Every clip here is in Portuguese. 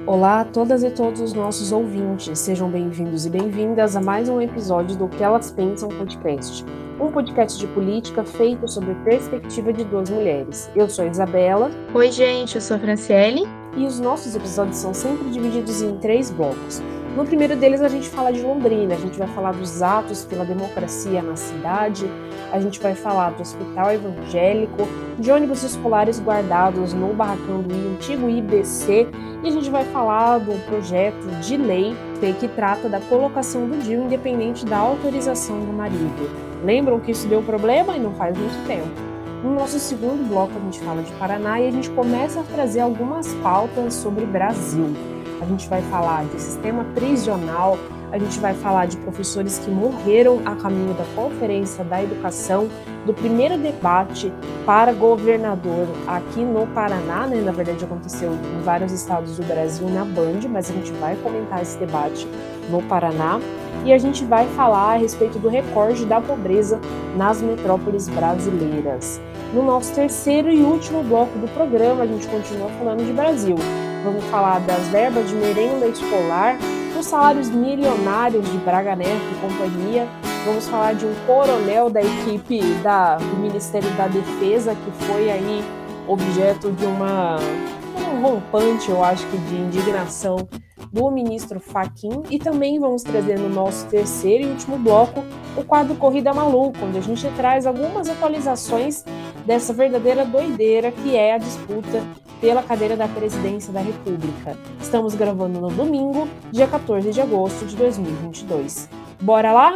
Olá a todas e todos os nossos ouvintes, sejam bem-vindos e bem-vindas a mais um episódio do Que Elas Pensam Podcast, um podcast de política feito sob a perspectiva de duas mulheres. Eu sou a Isabela. Oi, gente, eu sou a Franciele. E os nossos episódios são sempre divididos em 3 blocos. No primeiro deles a gente fala de Londrina, a gente vai falar dos atos pela democracia na cidade, a gente vai falar do hospital evangélico, de ônibus escolares guardados no barracão do antigo IBC, e a gente vai falar do projeto de lei que trata da colocação do DIU independente da autorização do marido. Lembram que isso deu problema e não faz muito tempo. No nosso segundo bloco a gente fala de Paraná e a gente começa a trazer algumas pautas sobre Brasil. A gente vai falar de sistema prisional, a gente vai falar de professores que morreram a caminho da Conferência da Educação, do primeiro debate para governador aqui no Paraná, né? Na verdade aconteceu em vários estados do Brasil na Band, mas a gente vai comentar esse debate no Paraná. E a gente vai falar a respeito do recorde da pobreza nas metrópoles brasileiras. No nosso terceiro e último bloco do programa, a gente continua falando de Brasil. Vamos falar das verbas de merenda escolar, dos salários milionários de Braga Neto e companhia. Vamos falar de um coronel da equipe do Ministério da Defesa, que foi aí objeto de um rompante, eu acho que de indignação do ministro Fachin, e também vamos trazer no nosso terceiro e último bloco o quadro Corrida Maluca, onde a gente traz algumas atualizações dessa verdadeira doideira que é a disputa pela cadeira da presidência da República. Estamos gravando no domingo, dia 14 de agosto de 2022. Bora lá?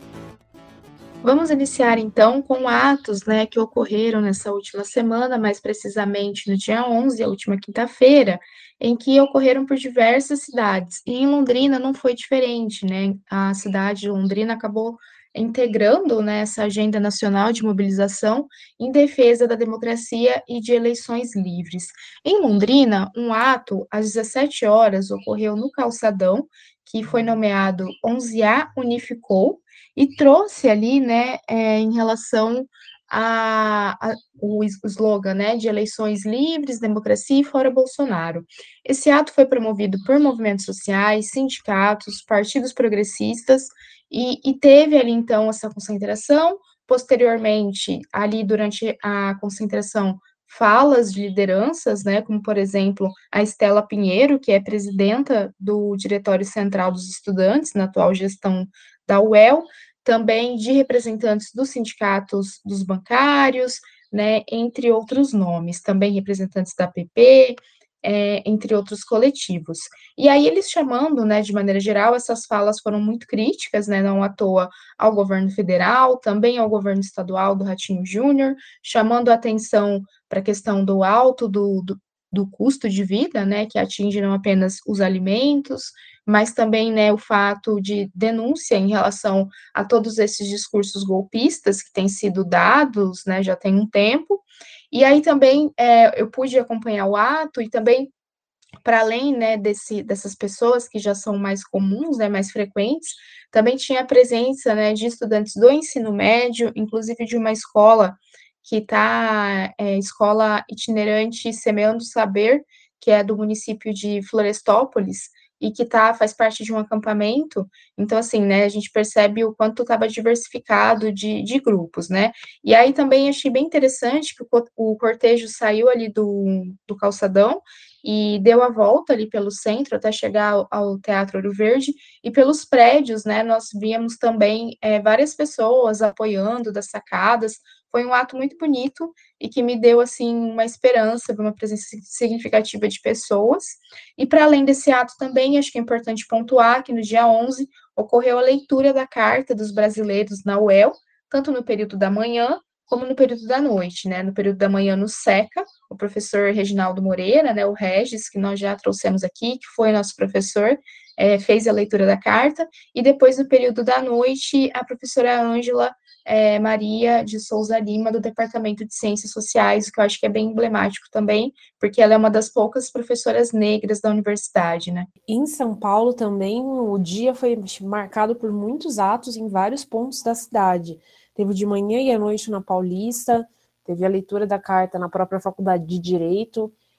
Vamos iniciar então com atos, que ocorreram nessa última semana, mais precisamente no dia 11, a última quinta-feira, em que ocorreram por diversas cidades. E em Londrina não foi diferente, né? A cidade de Londrina acabou integrando, essa agenda nacional de mobilização em defesa da democracia e de eleições livres. Em Londrina, um ato às 17 horas ocorreu no Calçadão, que foi nomeado 11A Unificou, e trouxe ali, em relação o slogan, de eleições livres, democracia e fora Bolsonaro. Esse ato foi promovido por movimentos sociais, sindicatos, partidos progressistas, e teve ali, então, essa concentração. Posteriormente, ali durante a concentração, falas de lideranças, como, por exemplo, a Estela Pinheiro, que é presidenta do Diretório Central dos Estudantes, na atual gestão da UEL, também de representantes dos sindicatos dos bancários, entre outros nomes, também representantes da PP, entre outros coletivos. E aí eles chamando, de maneira geral, essas falas foram muito críticas, não à toa ao governo federal, também ao governo estadual do Ratinho Júnior, chamando a atenção para a questão do alto do custo de vida, que atinge não apenas os alimentos, mas também, o fato de denúncia em relação a todos esses discursos golpistas que têm sido dados, já tem um tempo. E aí também eu pude acompanhar o ato e também, para além, dessas pessoas que já são mais comuns, mais frequentes, também tinha a presença, de estudantes do ensino médio, inclusive de uma escola que está, Escola Itinerante Semeando Saber, que é do município de Florestópolis, e que faz parte de um acampamento. Então, assim, a gente percebe o quanto estava diversificado de grupos, E aí também achei bem interessante que o cortejo saiu ali do calçadão e deu a volta ali pelo centro até chegar ao Teatro Ouro Verde, e pelos prédios, nós víamos também várias pessoas apoiando das sacadas. Foi um ato muito bonito e que me deu, assim, uma esperança, uma presença significativa de pessoas. E para além desse ato também, acho que é importante pontuar que no dia 11 ocorreu a leitura da Carta dos Brasileiros na UEL, tanto no período da manhã como no período da noite, No período da manhã no SECA, o professor Reginaldo Moreira, o Regis, que nós já trouxemos aqui, que foi nosso professor, fez a leitura da carta, e depois no período da noite, a professora Ângela Maria de Souza Lima, do Departamento de Ciências Sociais, que eu acho que é bem emblemático também, porque ela é uma das poucas professoras negras da universidade, Em São Paulo também, o dia foi marcado por muitos atos em vários pontos da cidade. Teve de manhã e à noite na Paulista, teve a leitura da carta na própria Faculdade de Direito,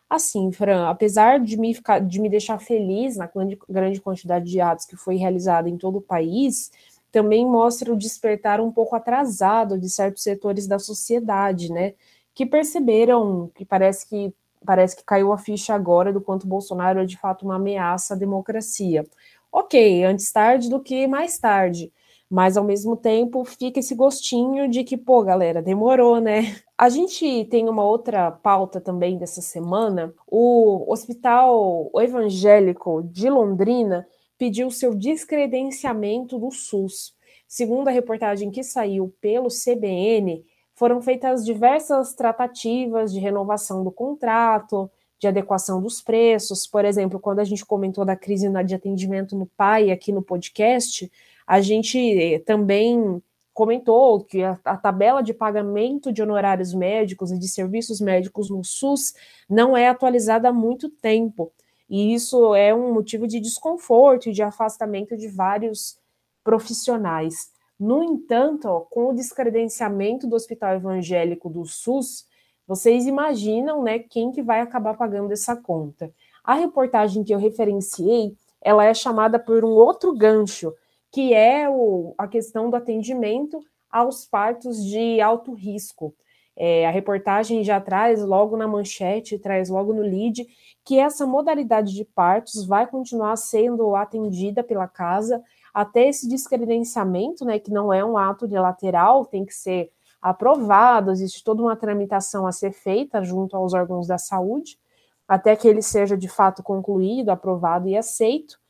Assim, Fran, apesar de me deixar feliz na grande quantidade de atos que foi realizada em todo o país, também mostra o despertar um pouco atrasado de certos setores da sociedade, né? Que perceberam que parece que caiu a ficha agora do quanto Bolsonaro é de fato uma ameaça à democracia. Ok, antes tarde do que mais tarde, mas ao mesmo tempo fica esse gostinho de que, pô, galera, demorou, né? A gente tem uma outra pauta também dessa semana. O Hospital Evangélico de Londrina pediu seu descredenciamento do SUS. Segundo a reportagem que saiu pelo CBN, foram feitas diversas tratativas de renovação do contrato, de adequação dos preços. Por exemplo, quando a gente comentou da crise de atendimento no PAI aqui no podcast, a gente também comentou que a tabela de pagamento de honorários médicos e de serviços médicos no SUS não é atualizada há muito tempo. E isso é um motivo de desconforto e de afastamento de vários profissionais. No entanto, ó, com o descredenciamento do Hospital Evangélico do SUS, vocês imaginam, né, quem que vai acabar pagando essa conta. A reportagem que eu referenciei, ela é chamada por um outro gancho, que é a questão do atendimento aos partos de alto risco. A reportagem já traz logo na manchete, traz logo no lead, que essa modalidade de partos vai continuar sendo atendida pela casa até esse descredenciamento, né, que não é um ato unilateral, tem que ser aprovado, existe toda uma tramitação a ser feita junto aos órgãos da saúde, até que ele seja de fato concluído, aprovado e aceito.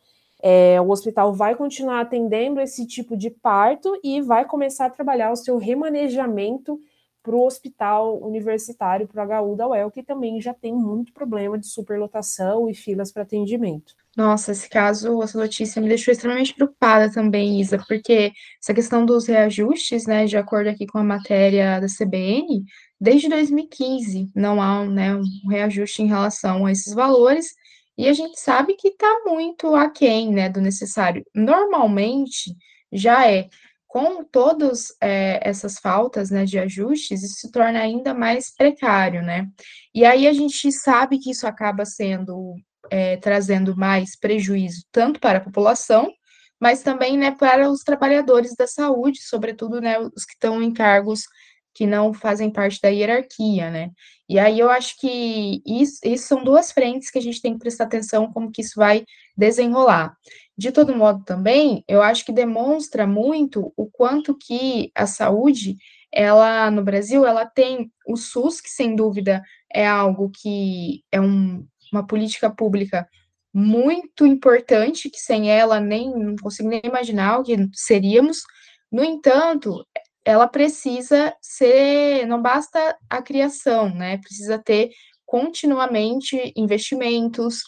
O hospital vai continuar atendendo esse tipo de parto e vai começar a trabalhar o seu remanejamento para o hospital universitário, para o HU da UEL, que também já tem muito problema de superlotação e filas para atendimento. Nossa, esse caso, essa notícia me deixou extremamente preocupada também, Isa, porque essa questão dos reajustes, né, de acordo aqui com a matéria da CBN, desde 2015 não há, né, um reajuste em relação a esses valores, e a gente sabe que está muito aquém, né, do necessário. Normalmente, já é. Com todas essas faltas, né, de ajustes, isso se torna ainda mais precário, né? E aí a gente sabe que isso acaba sendo trazendo mais prejuízo tanto para a população, mas também, né, para os trabalhadores da saúde, sobretudo, né, os que estão em cargos que não fazem parte da hierarquia, né? E aí eu acho que isso são duas frentes que a gente tem que prestar atenção como que isso vai desenrolar. De todo modo, também, eu acho que demonstra muito o quanto que a saúde, ela, no Brasil, ela tem o SUS, que sem dúvida é algo que é uma política pública muito importante, que sem ela nem não consigo nem imaginar o que seríamos. No entanto, ela precisa ser, não basta a criação, né? Precisa ter continuamente investimentos,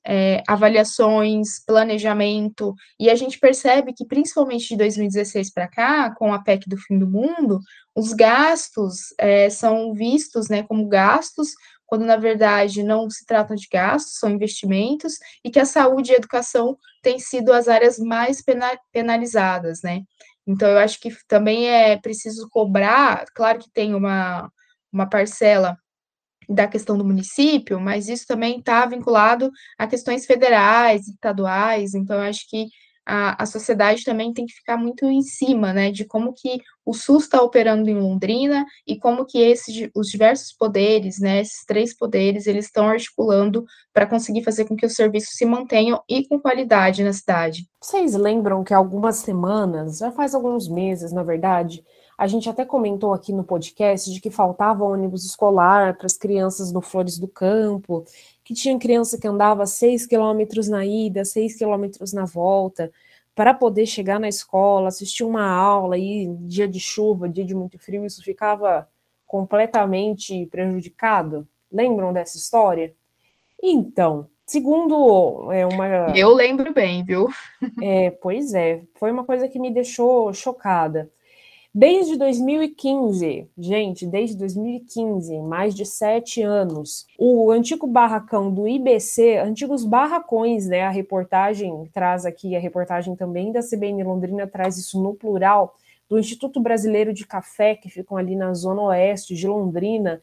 avaliações, planejamento, e a gente percebe que, principalmente de 2016 para cá, com a PEC do fim do mundo, os gastos são vistos, né, como gastos, quando na verdade não se tratam de gastos, são investimentos, e que a saúde e a educação têm sido as áreas mais penalizadas, né? Então, eu acho que também é preciso cobrar, claro que tem uma parcela da questão do município, mas isso também está vinculado a questões federais, estaduais, então eu acho que a sociedade também tem que ficar muito em cima, né, de como que o SUS está operando em Londrina e como que os diversos poderes, né, esses três poderes, eles estão articulando para conseguir fazer com que os serviços se mantenham e com qualidade na cidade. Vocês lembram que há algumas semanas, já faz alguns meses, na verdade, a gente até comentou aqui no podcast de que faltava ônibus escolar para as crianças no Flores do Campo, que tinha criança que andava 6 quilômetros na ida, 6 quilômetros na volta, para poder chegar na escola, assistir uma aula, e dia de chuva, dia de muito frio, isso ficava completamente prejudicado. Lembram dessa história? Então, segundo uma. Eu lembro bem, viu? Pois é, foi uma coisa que me deixou chocada. Desde 2015, gente, desde 2015, mais de 7 anos, o antigo barracão do IBC, antigos barracões, né? A reportagem traz aqui, a reportagem também da CBN Londrina traz isso no plural, do Instituto Brasileiro de Café, que ficam ali na zona oeste de Londrina,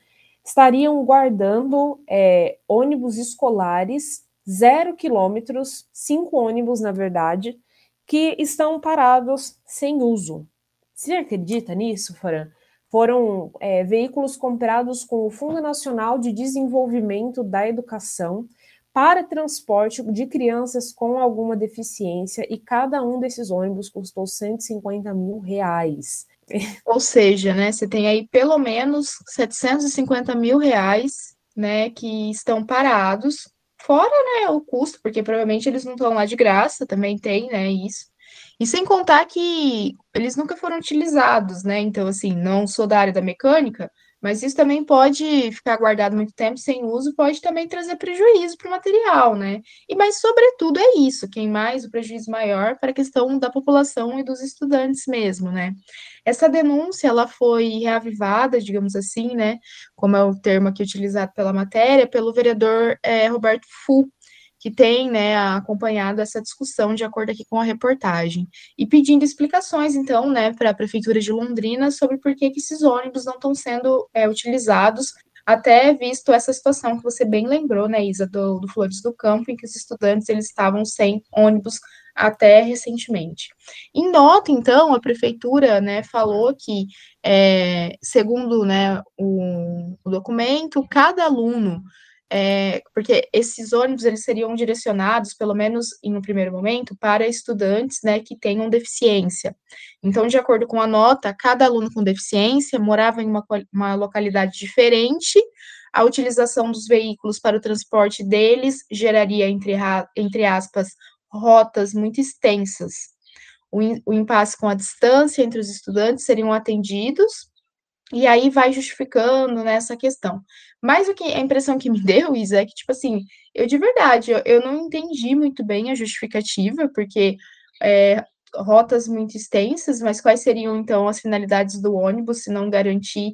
estariam guardando ônibus escolares 0 quilômetros, 5 ônibus, na verdade, que estão parados sem uso. Você acredita nisso, Fran? Foram veículos comprados com o Fundo Nacional de Desenvolvimento da Educação para transporte de crianças com alguma deficiência, e cada um desses ônibus custou R$ 150 mil. Ou seja, né, você tem aí pelo menos R$ 750 mil, né, que estão parados, fora, né, o custo, porque provavelmente eles não estão lá de graça, também tem, né, isso. E sem contar que eles nunca foram utilizados, né, então, assim, não sou da área da mecânica, mas isso também pode ficar guardado muito tempo sem uso, pode também trazer prejuízo para o material, né? E, mas, sobretudo, é isso, quem mais, o prejuízo maior para a questão da população e dos estudantes mesmo, né? Essa denúncia, ela foi reavivada, digamos assim, né, como é o termo aqui utilizado pela matéria, pelo vereador Roberto Fu, que tem, né, acompanhado essa discussão de acordo aqui com a reportagem, e pedindo explicações, então, né, para a Prefeitura de Londrina sobre por que esses ônibus não estão sendo utilizados, até visto essa situação que você bem lembrou, né, Isa, do Flores do Campo, em que os estudantes eles estavam sem ônibus até recentemente. Em nota, então, a prefeitura, né, falou que, segundo, né, o documento, cada aluno, porque esses ônibus eles seriam direcionados, pelo menos em um primeiro momento, para estudantes, né, que tenham deficiência. Então, de acordo com a nota, cada aluno com deficiência morava em uma localidade diferente. A utilização dos veículos para o transporte deles geraria, entre aspas, rotas muito extensas. O impasse com a distância entre os estudantes seriam atendidos, e aí vai justificando nessa questão. Mas a impressão que me deu, Isa, é que, tipo assim, eu de verdade, eu não entendi muito bem a justificativa, porque rotas muito extensas, mas quais seriam, então, as finalidades do ônibus, se não garantir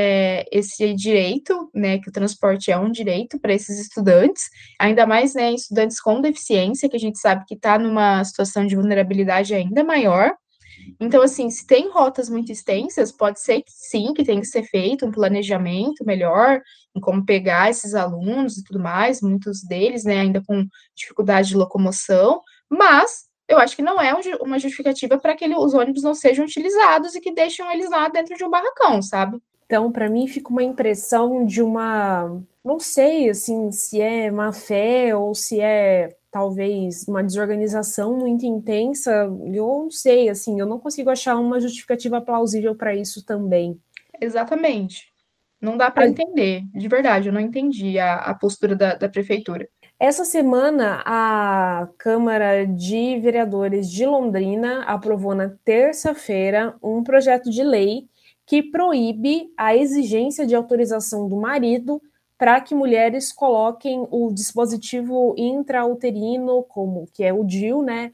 esse direito, né, que o transporte é um direito para esses estudantes, ainda mais, né, estudantes com deficiência, que a gente sabe que está numa situação de vulnerabilidade ainda maior. Então, assim, se tem rotas muito extensas, pode ser que sim, que tem que ser feito um planejamento melhor em como pegar esses alunos e tudo mais, muitos deles, né, ainda com dificuldade de locomoção, mas eu acho que não é uma justificativa para que os ônibus não sejam utilizados e que deixam eles lá dentro de um barracão, sabe? Então, para mim, fica uma impressão de não sei, assim, se é má fé ou se é talvez uma desorganização muito intensa. Eu não sei, assim, eu não consigo achar uma justificativa plausível para isso também. Exatamente. Não dá para entender, de verdade, eu não entendi a postura da prefeitura. Essa semana, a Câmara de Vereadores de Londrina aprovou na terça-feira um projeto de lei que proíbe a exigência de autorização do marido para que mulheres coloquem o dispositivo intrauterino, como que é o DIU, né?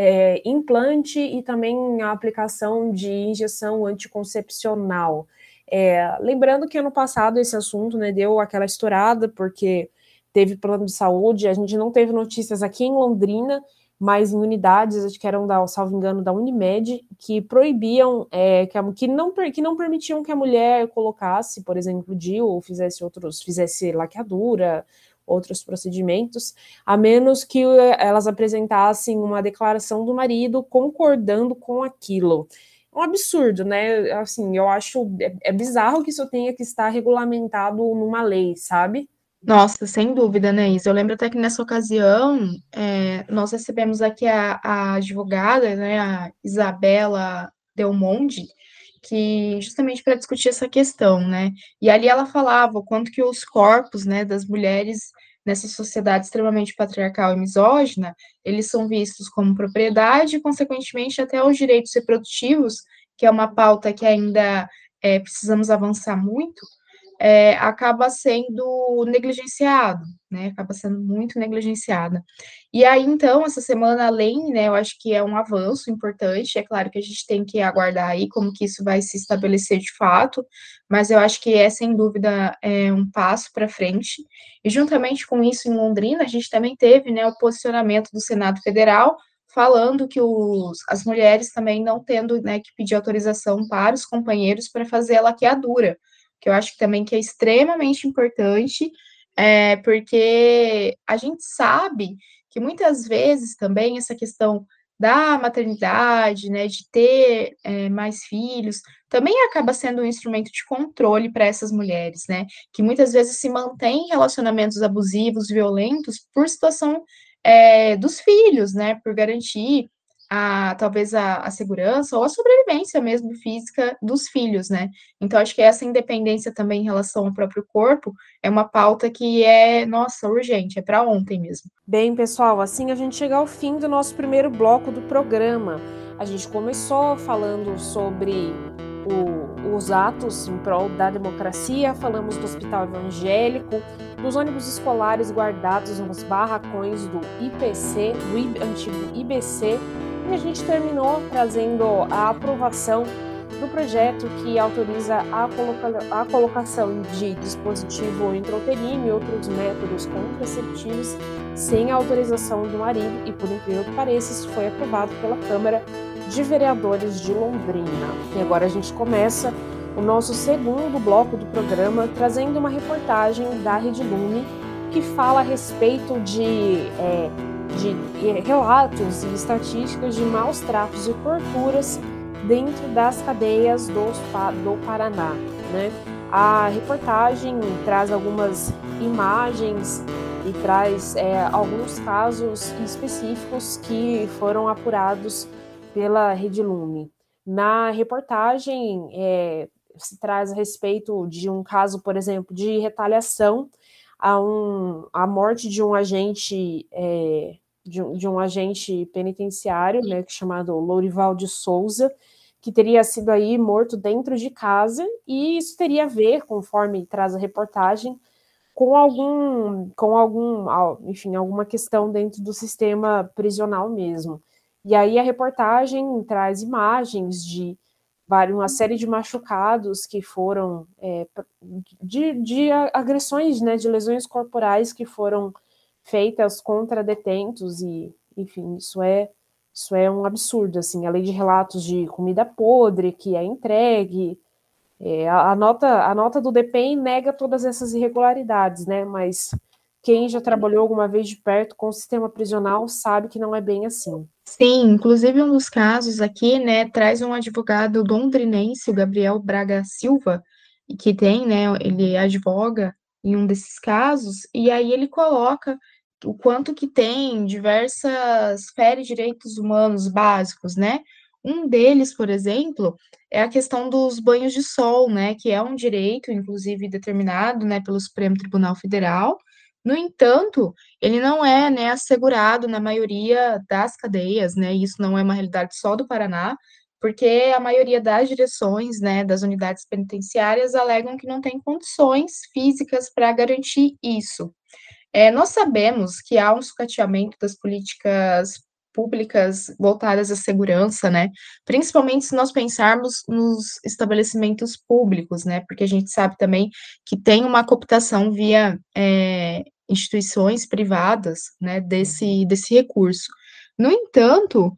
Implante e também a aplicação de injeção anticoncepcional. Lembrando que ano passado esse assunto, né, deu aquela estourada, porque teve plano de saúde, a gente não teve notícias aqui em Londrina, mas em unidades, acho que eram, salvo engano, da Unimed, que proibiam, que não permitiam que a mulher colocasse, por exemplo, DIU, ou fizesse laqueadura, outros procedimentos, a menos que elas apresentassem uma declaração do marido concordando com aquilo. É um absurdo, né? Assim, eu acho bizarro que isso tenha que estar regulamentado numa lei, sabe? Nossa, sem dúvida, né, Isa? Eu lembro até que nessa ocasião nós recebemos aqui a advogada, né, a Isabela Del Monde, que justamente para discutir essa questão, né? E ali ela falava o quanto que os corpos, né, das mulheres nessa sociedade extremamente patriarcal e misógina, eles são vistos como propriedade e, consequentemente, até os direitos reprodutivos, que é uma pauta que ainda precisamos avançar muito, acaba sendo negligenciado, né? Acaba sendo muito negligenciada. E aí, então, essa semana, além, né, eu acho que é um avanço importante, é claro que a gente tem que aguardar aí como que isso vai se estabelecer de fato, mas eu acho que sem dúvida, um passo para frente. E juntamente com isso, em Londrina, a gente também teve, né, o posicionamento do Senado Federal, falando que as mulheres também não tendo, né, que pedir autorização para os companheiros para fazer a laqueadura, que eu acho que também que é extremamente importante, porque a gente sabe que muitas vezes também essa questão da maternidade, né, de ter mais filhos, também acaba sendo um instrumento de controle para essas mulheres, né, que muitas vezes se mantêm em relacionamentos abusivos, violentos, por situação dos filhos, né, por garantir talvez a segurança ou a sobrevivência mesmo física dos filhos, né? Então, acho que essa independência também em relação ao próprio corpo é uma pauta que nossa, urgente, é para ontem mesmo. Bem, pessoal, assim a gente chega ao fim do nosso primeiro bloco do programa. A gente começou falando sobre os atos em prol da democracia, falamos do hospital evangélico, dos ônibus escolares guardados nos barracões do IPC, do antigo IBC, e a gente terminou trazendo a aprovação do projeto que autoriza a colocação de dispositivo intrauterino e outros métodos contraceptivos sem a autorização do marido, e por incrível que pareça, isso foi aprovado pela Câmara de Vereadores de Londrina. E agora a gente começa o nosso segundo bloco do programa, trazendo uma reportagem da Rede Lume, que fala a respeito de relatos e estatísticas de maus tratos e torturas dentro das cadeias do Paraná, né? A reportagem traz algumas imagens e traz alguns casos específicos que foram apurados pela Rede Lume. Na reportagem se traz a respeito de um caso, por exemplo, de retaliação à morte de um agente de um agente penitenciário, né, chamado Lourival de Souza, que teria sido aí morto dentro de casa, e isso teria a ver, conforme traz a reportagem, com enfim, alguma questão dentro do sistema prisional mesmo. E aí a reportagem traz imagens de uma série de machucados que foram de agressões, né, de lesões corporais que foram feitas contra detentos, e, enfim, isso é um absurdo, assim, além de relatos de comida podre que é entregue. A nota do DPEM nega todas essas irregularidades, né, mas quem já trabalhou alguma vez de perto com o sistema prisional sabe que não é bem assim. Sim, inclusive um dos casos aqui, né, traz um advogado londrinense, o Gabriel Braga Silva, que tem, né, ele advoga em um desses casos, e aí ele coloca o quanto que tem diversas fere direitos humanos básicos, né? Um deles, por exemplo, é a questão dos banhos de sol, né, que é um direito, inclusive, determinado, né, pelo Supremo Tribunal Federal. No entanto, ele não é, né, assegurado na maioria das cadeias, né, e isso não é uma realidade só do Paraná, porque a maioria das direções, né, das unidades penitenciárias alegam que não tem condições físicas para garantir isso. Nós sabemos que há um sucateamento das políticas públicas voltadas à segurança, né? Principalmente se nós pensarmos nos estabelecimentos públicos, né? Porque a gente sabe também que tem uma cooptação via instituições privadas, né? Desse recurso. No entanto,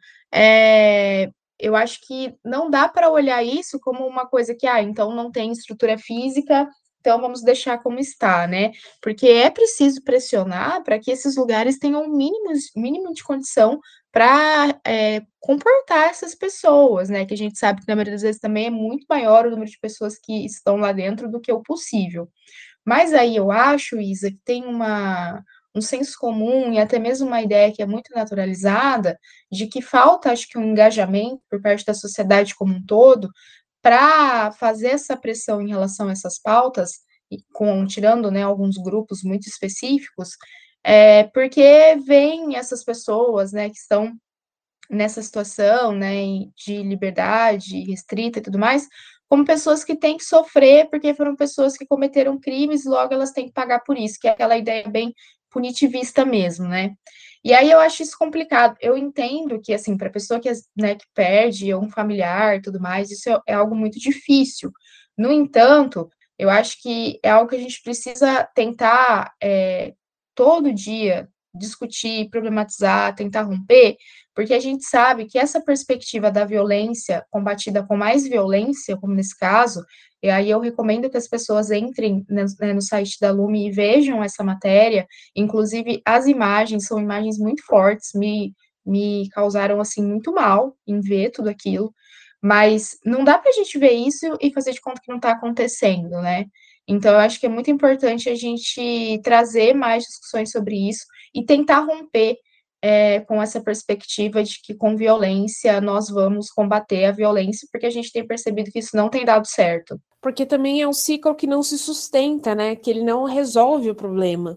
eu acho que não dá para olhar isso como uma coisa que, então não tem estrutura física, então vamos deixar como está, né? Porque é preciso pressionar para que esses lugares tenham um mínimo de condição para comportar essas pessoas, né? Que a gente sabe que na maioria das vezes também é muito maior o número de pessoas que estão lá dentro do que o possível. Mas aí eu acho, Isa, que tem um senso comum e até mesmo uma ideia que é muito naturalizada de que falta, acho que, um engajamento por parte da sociedade como um todo para fazer essa pressão em relação a essas pautas, tirando, né, alguns grupos muito específicos, porque vem essas pessoas, né, que estão nessa situação, né, de liberdade restrita e tudo mais, como pessoas que têm que sofrer porque foram pessoas que cometeram crimes e logo elas têm que pagar por isso, que é aquela ideia bem punitivista mesmo, né? E aí eu acho isso complicado. Eu entendo que, assim, para a pessoa que, né, que perde um familiar e tudo mais, isso é algo muito difícil. No entanto, eu acho que é algo que a gente precisa tentar todo dia discutir, problematizar, tentar romper, porque a gente sabe que essa perspectiva da violência combatida com mais violência, como nesse caso, E aí eu recomendo que as pessoas entrem, né, no site da Lume e vejam essa matéria. Inclusive, as imagens são imagens muito fortes, me causaram, assim, muito mal em ver tudo aquilo. Mas não dá para a gente ver isso e fazer de conta que não está acontecendo, né? Então, eu acho que é muito importante a gente trazer mais discussões sobre isso e tentar romper com essa perspectiva de que com violência nós vamos combater a violência, porque a gente tem percebido que isso não tem dado certo. Porque também é um ciclo que não se sustenta, né? Que ele não resolve o problema.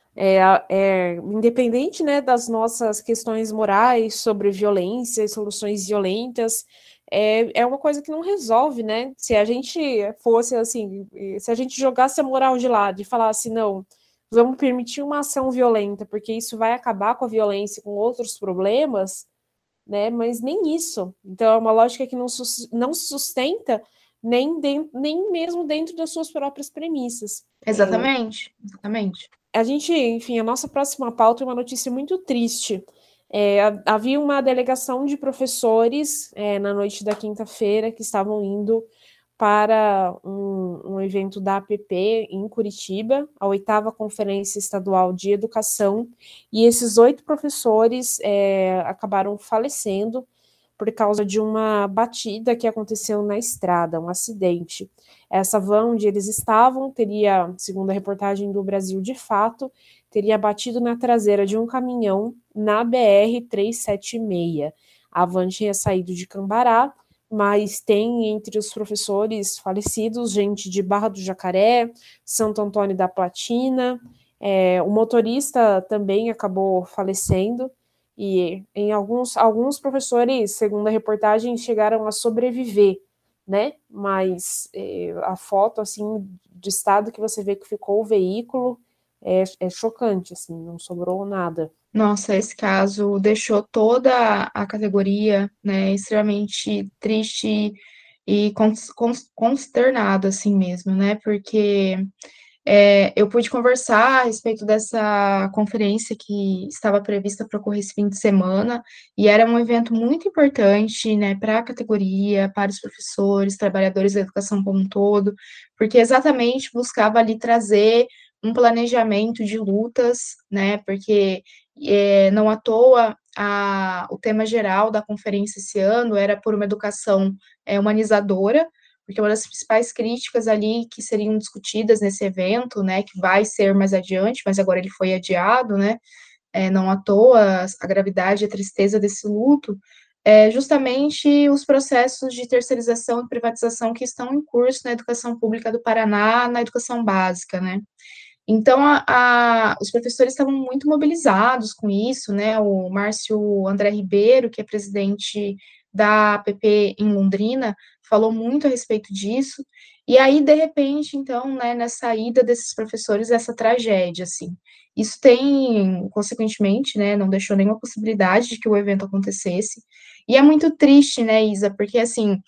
Independente, né, das nossas questões morais sobre violência e soluções violentas, é uma coisa que não resolve, né? Se a gente fosse assim, se a gente jogasse a moral de lado e falasse, não, vamos permitir uma ação violenta, porque isso vai acabar com a violência e com outros problemas, né? Mas nem isso. Então é uma lógica que não se sustenta nem mesmo dentro das suas próprias premissas. Exatamente, exatamente. A gente, enfim, a nossa próxima pauta é uma notícia muito triste. Havia uma delegação de professores na noite da quinta-feira que estavam indo para um evento da APP em Curitiba, a 8ª Conferência Estadual de Educação, e esses 8 professores acabaram falecendo por causa de uma batida que aconteceu na estrada, um acidente. Essa van onde eles estavam teria, segundo a reportagem do Brasil de Fato, teria batido na traseira de um caminhão na BR-376. A van tinha saído de Cambará, mas tem entre os professores falecidos gente de Barra do Jacaré, Santo Antônio da Platina, o motorista também acabou falecendo, e em alguns professores, segundo a reportagem, chegaram a sobreviver, né? Mas a foto, assim, de estado que você vê que ficou o veículo é chocante, assim, não sobrou nada. Nossa, esse caso deixou toda a categoria, né, extremamente triste e consternado, assim mesmo, né? Porque eu pude conversar a respeito dessa conferência que estava prevista para ocorrer esse fim de semana, e era um evento muito importante, né, para a categoria, para os professores, trabalhadores da educação como um todo, porque exatamente buscava ali trazer um planejamento de lutas, né, porque não à toa o tema geral da conferência esse ano era por uma educação humanizadora, porque uma das principais críticas ali que seriam discutidas nesse evento, né, que vai ser mais adiante, mas agora ele foi adiado, né, não à toa a gravidade e a tristeza desse luto, é justamente os processos de terceirização e privatização que estão em curso na educação pública do Paraná, na educação básica, né. Então, os professores estavam muito mobilizados com isso, né, o Márcio André Ribeiro, que é presidente da APP em Londrina, falou muito a respeito disso, e aí, de repente, então, né, na saída desses professores, essa tragédia, assim. Isso tem, consequentemente, né, não deixou nenhuma possibilidade de que o evento acontecesse, e é muito triste, né, Isa, porque, assim,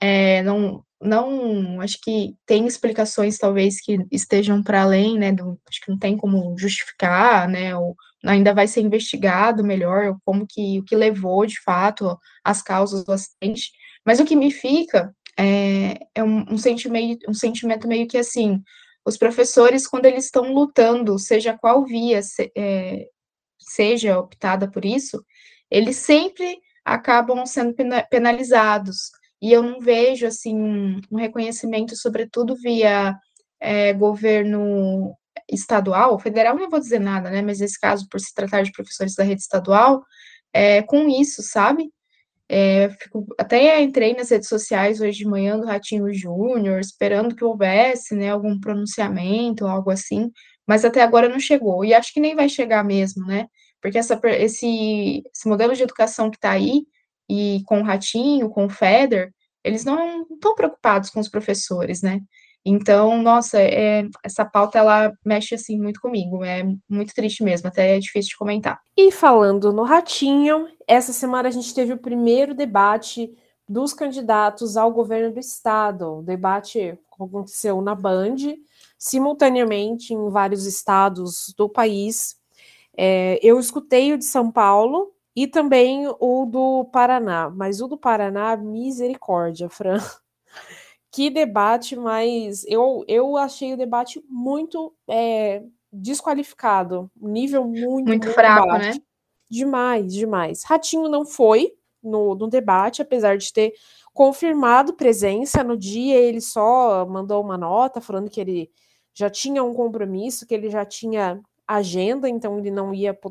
não, acho que tem explicações talvez que estejam para além, né, acho que não tem como justificar, né, ou ainda vai ser investigado melhor como que o que levou de fato as causas do acidente, mas o que me fica é um sentimento meio que assim, os professores quando eles estão lutando, seja qual via seja optada por isso, eles sempre acabam sendo penalizados. E eu não vejo assim um reconhecimento, sobretudo via governo estadual, federal não vou dizer nada, né? Mas nesse caso, por se tratar de professores da rede estadual, com isso, sabe? Até entrei nas redes sociais hoje de manhã do Ratinho Júnior, esperando que houvesse, né, algum pronunciamento, algo assim, mas até agora não chegou, e acho que nem vai chegar mesmo, né, porque esse modelo de educação que está aí, e com o Ratinho, com o FEDER, eles não estão preocupados com os professores, né, então, nossa, essa pauta, ela mexe, assim, muito comigo, é muito triste mesmo, até é difícil de comentar. E falando no Ratinho, essa semana a gente teve o primeiro debate dos candidatos ao governo do estado. O debate aconteceu na Band, simultaneamente em vários estados do país. Eu escutei o de São Paulo e também o do Paraná, mas o do Paraná, misericórdia, Fran. Que debate, mas eu achei o debate muito desqualificado, nível muito, Muito muito fraco, baixo. né? Demais, demais. Ratinho não foi no debate, apesar de ter confirmado presença no dia, ele só mandou uma nota falando que ele já tinha um compromisso, que ele já tinha agenda, então ele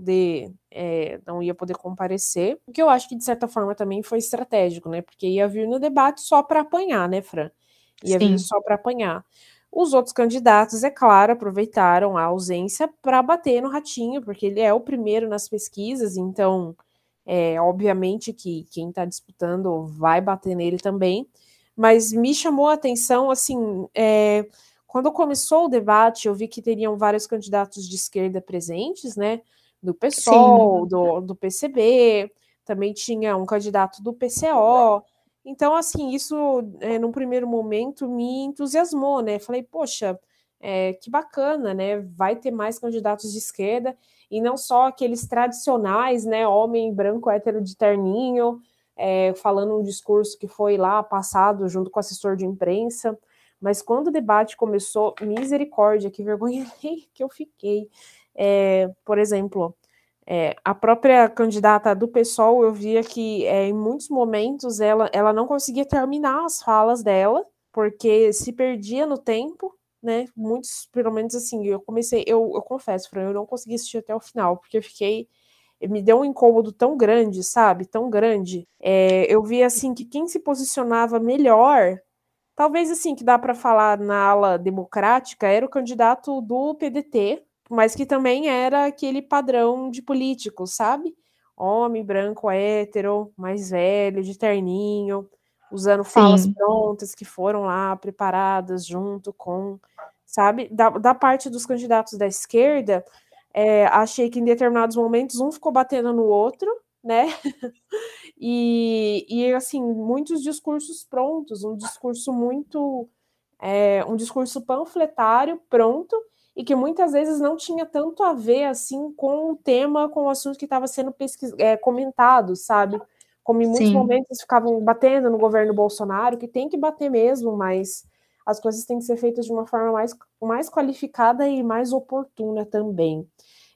não ia poder comparecer. O que eu acho que, de certa forma, também foi estratégico, né? Porque ia vir no debate só para apanhar, né, Fran? Ia vir Sim, só para apanhar. Os outros candidatos, é claro, aproveitaram a ausência para bater no Ratinho, porque ele é o primeiro nas pesquisas, então, obviamente que quem está disputando vai bater nele também. Mas me chamou a atenção, assim, quando começou o debate, eu vi que teriam vários candidatos de esquerda presentes, né? Do sim, PSOL, do PCB, também tinha um candidato do PCO. Então, assim, isso, num primeiro momento, me entusiasmou, né? Falei, poxa, que bacana, né? Vai ter mais candidatos de esquerda, e não só aqueles tradicionais, né? Homem branco, hétero de terninho, falando um discurso que foi lá passado junto com o assessor de imprensa. Mas quando o debate começou, misericórdia, que vergonha que eu fiquei. Por exemplo, a própria candidata do PSOL, eu via que em muitos momentos ela não conseguia terminar as falas dela, porque se perdia no tempo, né? Muitos, pelo menos assim, eu confesso, Fran, eu não consegui assistir até o final, porque me deu um incômodo tão grande, sabe? Tão grande. Eu vi assim que quem se posicionava melhor, talvez assim que dá para falar na ala democrática, era o candidato do PDT, mas que também era aquele padrão de político, sabe? Homem branco, hétero, mais velho, de terninho, usando falas sim, prontas que foram lá preparadas junto com, sabe? Da parte dos candidatos da esquerda, achei que em determinados momentos um ficou batendo no outro, né? E assim, muitos discursos prontos, um discurso panfletário pronto, e que muitas vezes não tinha tanto a ver assim com o tema, com o assunto que estava sendo comentado, sabe? Como em muitos sim. momentos ficavam batendo no governo Bolsonaro, que tem que bater mesmo, mas as coisas têm que ser feitas de uma forma mais qualificada e mais oportuna também.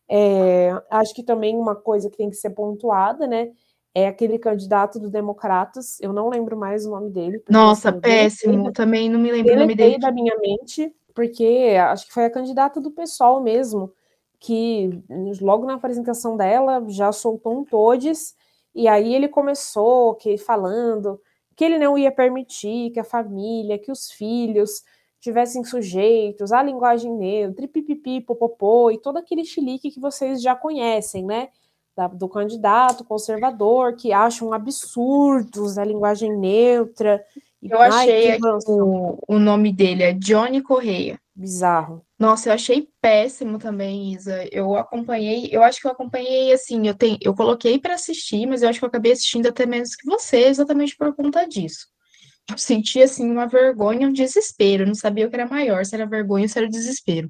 Acho que também uma coisa que tem que ser pontuada, né? É aquele candidato do Democratas, eu não lembro mais o nome dele, porque Nossa, assim, péssimo. Também não me lembro o nome dele. deletei da minha mente, porque acho que foi a candidata do PSOL mesmo, que logo na apresentação dela já soltou um todes, e aí ele começou falando que ele não ia permitir que a família, que os filhos tivessem sujeitos à linguagem neutra, pipipi, popopô, e todo aquele chilique que vocês já conhecem, né? Do candidato conservador, que acha um absurdo a linguagem neutra, e, Eu ai, achei que aqui ranço, o nome dele, é Johnny Correia. bizarro. Nossa, eu achei péssimo também, Isa. Eu acompanhei, eu acho que eu acompanhei assim, eu coloquei para assistir, mas eu acho que eu acabei assistindo até menos que você, exatamente por conta disso. Eu senti assim uma vergonha, um desespero, eu não sabia o que era maior, se era vergonha ou se era desespero.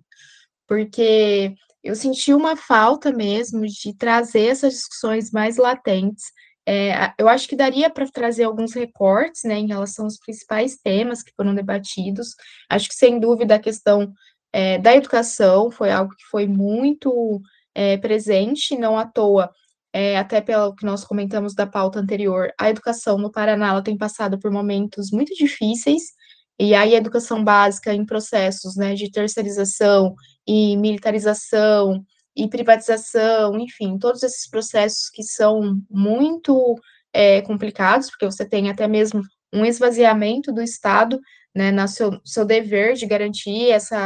Porque eu senti uma falta mesmo de trazer essas discussões mais latentes. Eu acho que daria para trazer alguns recortes, né, em relação aos principais temas que foram debatidos. Acho que, sem dúvida, a questão da educação foi algo que foi muito presente, não à toa, até pelo que nós comentamos da pauta anterior, a educação no Paraná ela tem passado por momentos muito difíceis, e aí a educação básica em processos, né, de terceirização, e militarização e privatização, enfim, todos esses processos que são muito complicados, porque você tem até mesmo um esvaziamento do Estado, né, no seu dever de garantir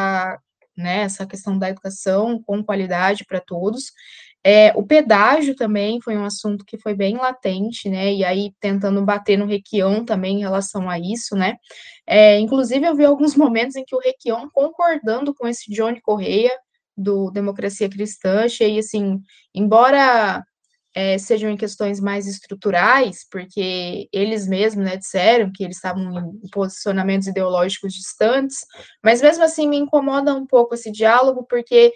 essa questão da educação com qualidade para todos. O pedágio também foi um assunto que foi bem latente, né, e aí tentando bater no Requião também em relação a isso, né, inclusive eu vi alguns momentos em que o Requião concordando com esse Johnny Correia, do Democracia Cristã, achei assim, embora sejam em questões mais estruturais, porque eles mesmos, né, disseram que eles estavam em posicionamentos ideológicos distantes, mas mesmo assim me incomoda um pouco esse diálogo, porque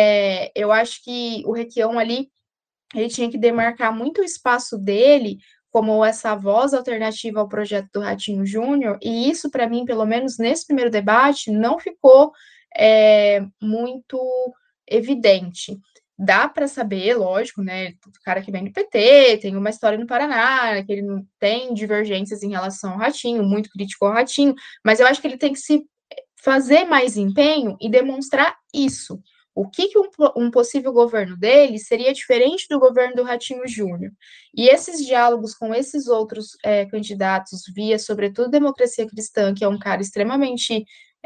eu acho que o Requião ali ele tinha que demarcar muito o espaço dele como essa voz alternativa ao projeto do Ratinho Júnior, e isso, para mim, pelo menos nesse primeiro debate, não ficou muito evidente. Dá para saber, lógico, né? O cara que vem do PT, tem uma história no Paraná, que ele não tem divergências em relação ao Ratinho, muito crítico ao Ratinho, mas eu acho que ele tem que se fazer mais empenho e demonstrar isso. O que um possível governo dele seria diferente do governo do Ratinho Júnior. E esses diálogos com esses outros candidatos, via, sobretudo, Democracia Cristã, que é um cara extremamente,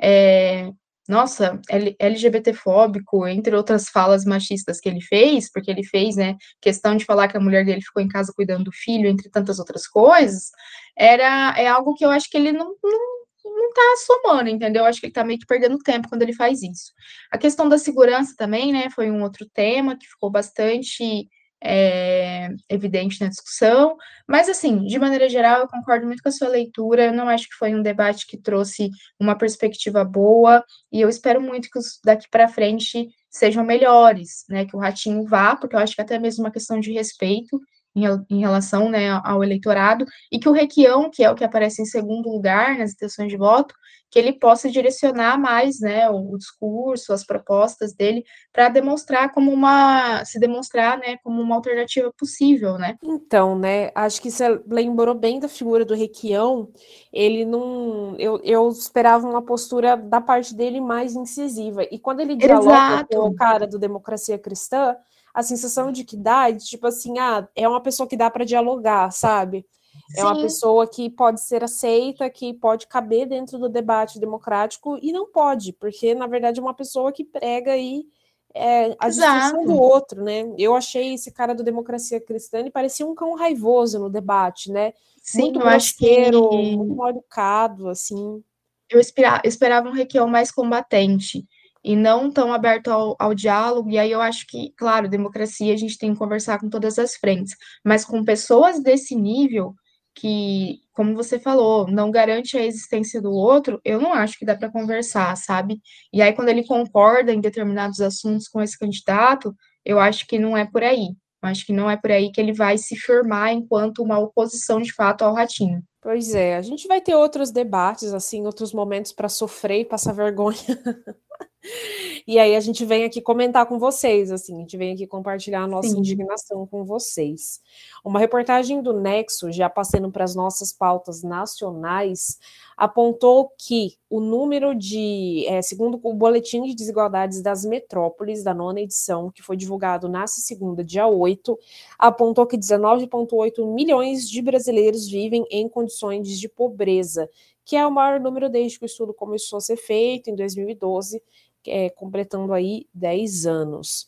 LGBTfóbico, entre outras falas machistas que ele fez, porque ele fez, né, questão de falar que a mulher dele ficou em casa cuidando do filho, entre tantas outras coisas, é algo que eu acho que ele não tá somando, entendeu? Eu acho que ele tá meio que perdendo tempo quando ele faz isso. A questão da segurança também, né, foi um outro tema que ficou bastante evidente na discussão, mas assim, de maneira geral, eu concordo muito com a sua leitura, eu não acho que foi um debate que trouxe uma perspectiva boa, e eu espero muito que os daqui para frente sejam melhores, né, que o Ratinho vá, porque eu acho que até mesmo uma questão de respeito em relação, né, ao eleitorado, e que o Requião, que é o que aparece em segundo lugar nas intenções de voto, que ele possa direcionar mais, né, o discurso, as propostas dele, para se demonstrar, né, como uma alternativa possível, né? Então, né, acho que você lembrou bem da figura do Requião, ele não, eu esperava uma postura da parte dele mais incisiva, e quando ele dialoga com Exato. o cara do Democracia Cristã, a sensação de que dá, tipo assim, é uma pessoa que dá para dialogar, sabe? É uma Sim. pessoa que pode ser aceita, que pode caber dentro do debate democrático, e não pode, porque, na verdade, é uma pessoa que prega aí a destruição do Exato. outro, né? Eu achei esse cara do Democracia Cristã, ele parecia um cão raivoso no debate, né? Sim, Muito eu acho grosseiro, que muito mal educado, assim. eu esperava um Requião mais combatente e não tão aberto ao diálogo. E aí eu acho que, claro, democracia a gente tem que conversar com todas as frentes, mas com pessoas desse nível que, como você falou, não garante a existência do outro, eu não acho que dá para conversar, sabe? E aí, quando ele concorda em determinados assuntos com esse candidato, eu acho que não é por aí. Eu acho que não é por aí que ele vai se firmar enquanto uma oposição de fato ao Ratinho. Pois é, a gente vai ter outros debates, assim, outros momentos para sofrer e passar vergonha. E aí a gente vem aqui comentar com vocês, assim, a gente vem aqui compartilhar a nossa Sim. indignação com vocês. Uma reportagem do Nexo, já passando para as nossas pautas nacionais, apontou que o número segundo o Boletim de Desigualdades das Metrópoles, da nona edição, que foi divulgado nesta segunda, dia 8, apontou que 19,8 milhões de brasileiros vivem em condições de pobreza, que é o maior número desde que o estudo começou a ser feito, em 2012, completando aí 10 anos.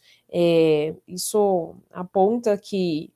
Isso aponta que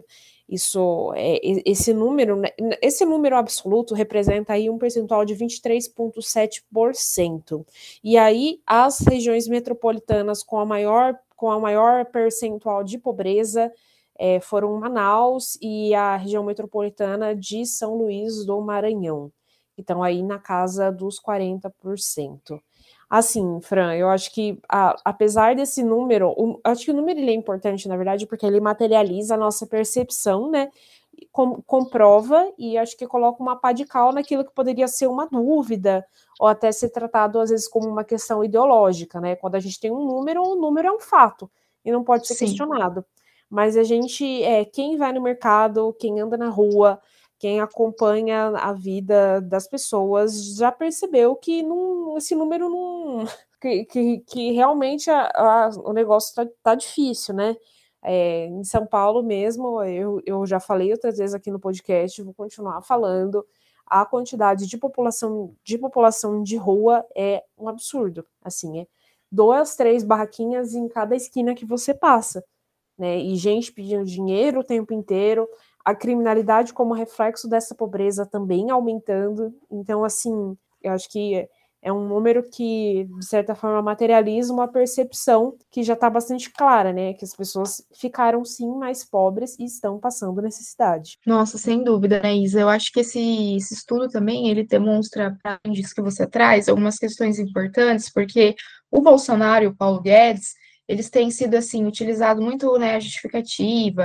esse número, né, esse número absoluto representa aí um percentual de 23,7%. E aí as regiões metropolitanas com a maior percentual de pobreza foram Manaus e a região metropolitana de São Luís do Maranhão, que estão aí na casa dos 40%. Assim, Fran, eu acho que apesar desse número, acho que o número ele é importante, na verdade, porque ele materializa a nossa percepção, né? Comprova e acho que coloca uma pá de cal naquilo que poderia ser uma dúvida, ou até ser tratado, às vezes, como uma questão ideológica, né? Quando a gente tem um número, o número é um fato e não pode ser Sim. questionado. Mas a gente, quem vai no mercado, quem anda na rua, quem acompanha a vida das pessoas já percebeu que esse número não. Que realmente o negócio tá difícil, né? Em São Paulo mesmo, eu já falei outras vezes aqui no podcast, vou continuar falando, a quantidade de população de rua é um absurdo. Assim, 2, 3 barraquinhas em cada esquina que você passa, né? E gente pedindo dinheiro o tempo inteiro, a criminalidade como reflexo dessa pobreza também aumentando. Então, assim, eu acho que é um número que, de certa forma, materializa uma percepção que já está bastante clara, né? Que as pessoas ficaram, sim, mais pobres e estão passando necessidade. Nossa, sem dúvida, né, Isa? Eu acho que esse estudo também, ele demonstra, para além disso que você traz, algumas questões importantes, porque o Bolsonaro e o Paulo Guedes, eles têm sido, assim, utilizado muito, né, a justificativa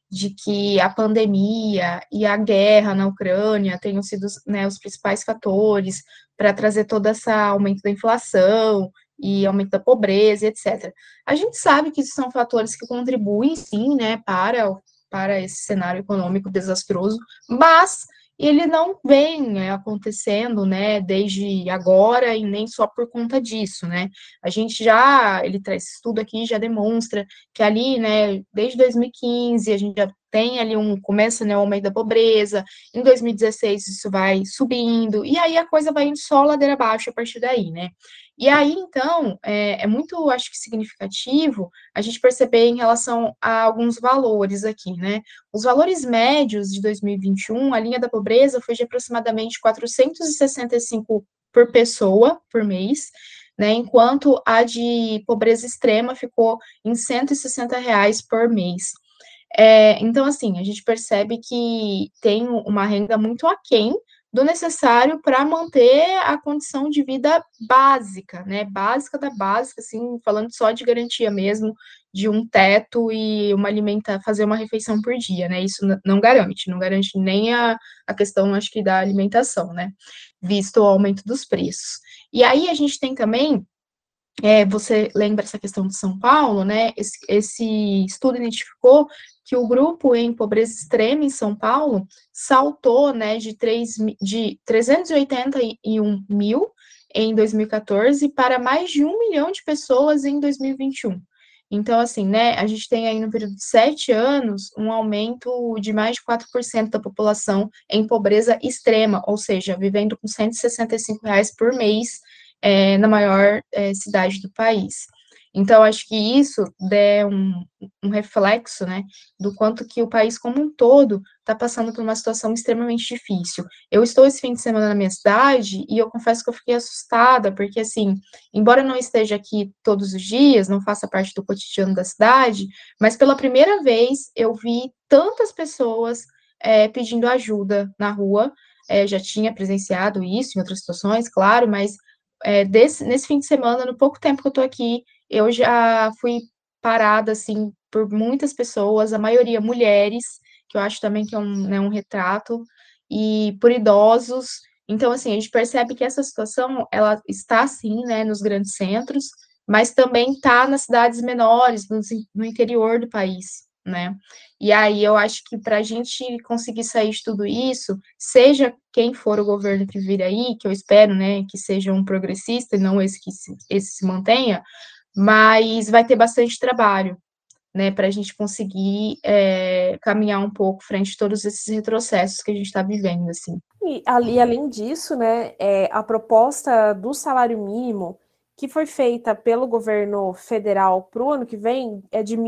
de que a pandemia e a guerra na Ucrânia tenham sido, né, os principais fatores para trazer todo esse aumento da inflação e aumento da pobreza, etc. A gente sabe que isso são fatores que contribuem, sim, né, para esse cenário econômico desastroso, mas ele não vem acontecendo, né, desde agora e nem só por conta disso, né? Ele traz estudo aqui, já demonstra que ali, né, desde 2015, a gente já tem ali começa, né, o aumento da pobreza, em 2016 isso vai subindo, e aí a coisa vai indo só ladeira abaixo a partir daí, né? E aí, então, é muito, acho que significativo a gente perceber em relação a alguns valores aqui, né? Os valores médios de 2021, a linha da pobreza foi de aproximadamente 465 por pessoa por mês, né? Enquanto a de pobreza extrema ficou em R$ 160 por mês. Então, assim, a gente percebe que tem uma renda muito aquém do necessário para manter a condição de vida básica, né? Básica da básica, assim, falando só de garantia mesmo, de um teto e fazer uma refeição por dia, né? Isso não garante nem a questão, acho que, da alimentação, né? Visto o aumento dos preços. E aí a gente tem também você lembra essa questão de São Paulo, né? Esse estudo identificou que o grupo em pobreza extrema em São Paulo saltou, né, de 381 mil em 2014 para mais de 1 milhão de pessoas em 2021. Então, assim, né, a gente tem aí no período de 7 anos um aumento de mais de 4% da população em pobreza extrema, ou seja, vivendo com R$ 165 por mês na maior cidade do país. Então, acho que isso é um reflexo, né, do quanto que o país como um todo está passando por uma situação extremamente difícil. Eu estou esse fim de semana na minha cidade e eu confesso que eu fiquei assustada, porque, assim, embora eu não esteja aqui todos os dias, não faça parte do cotidiano da cidade, mas pela primeira vez eu vi tantas pessoas pedindo ajuda na rua. Já tinha presenciado isso em outras situações, claro, mas nesse fim de semana, no pouco tempo que eu tô aqui, eu já fui parada, assim, por muitas pessoas, a maioria mulheres, que eu acho também que é né, um retrato, e por idosos. Então, assim, a gente percebe que essa situação, ela está, sim, né, nos grandes centros, mas também está nas cidades menores, no interior do país, né? E aí eu acho que para a gente conseguir sair de tudo isso, seja quem for o governo que vir aí, que eu espero, né, que seja um progressista e não esse se mantenha, mas vai ter bastante trabalho, né, para a gente conseguir caminhar um pouco frente a todos esses retrocessos que a gente está vivendo, assim. E além disso, né, a proposta do salário mínimo que foi feita pelo governo federal para o ano que vem é de R$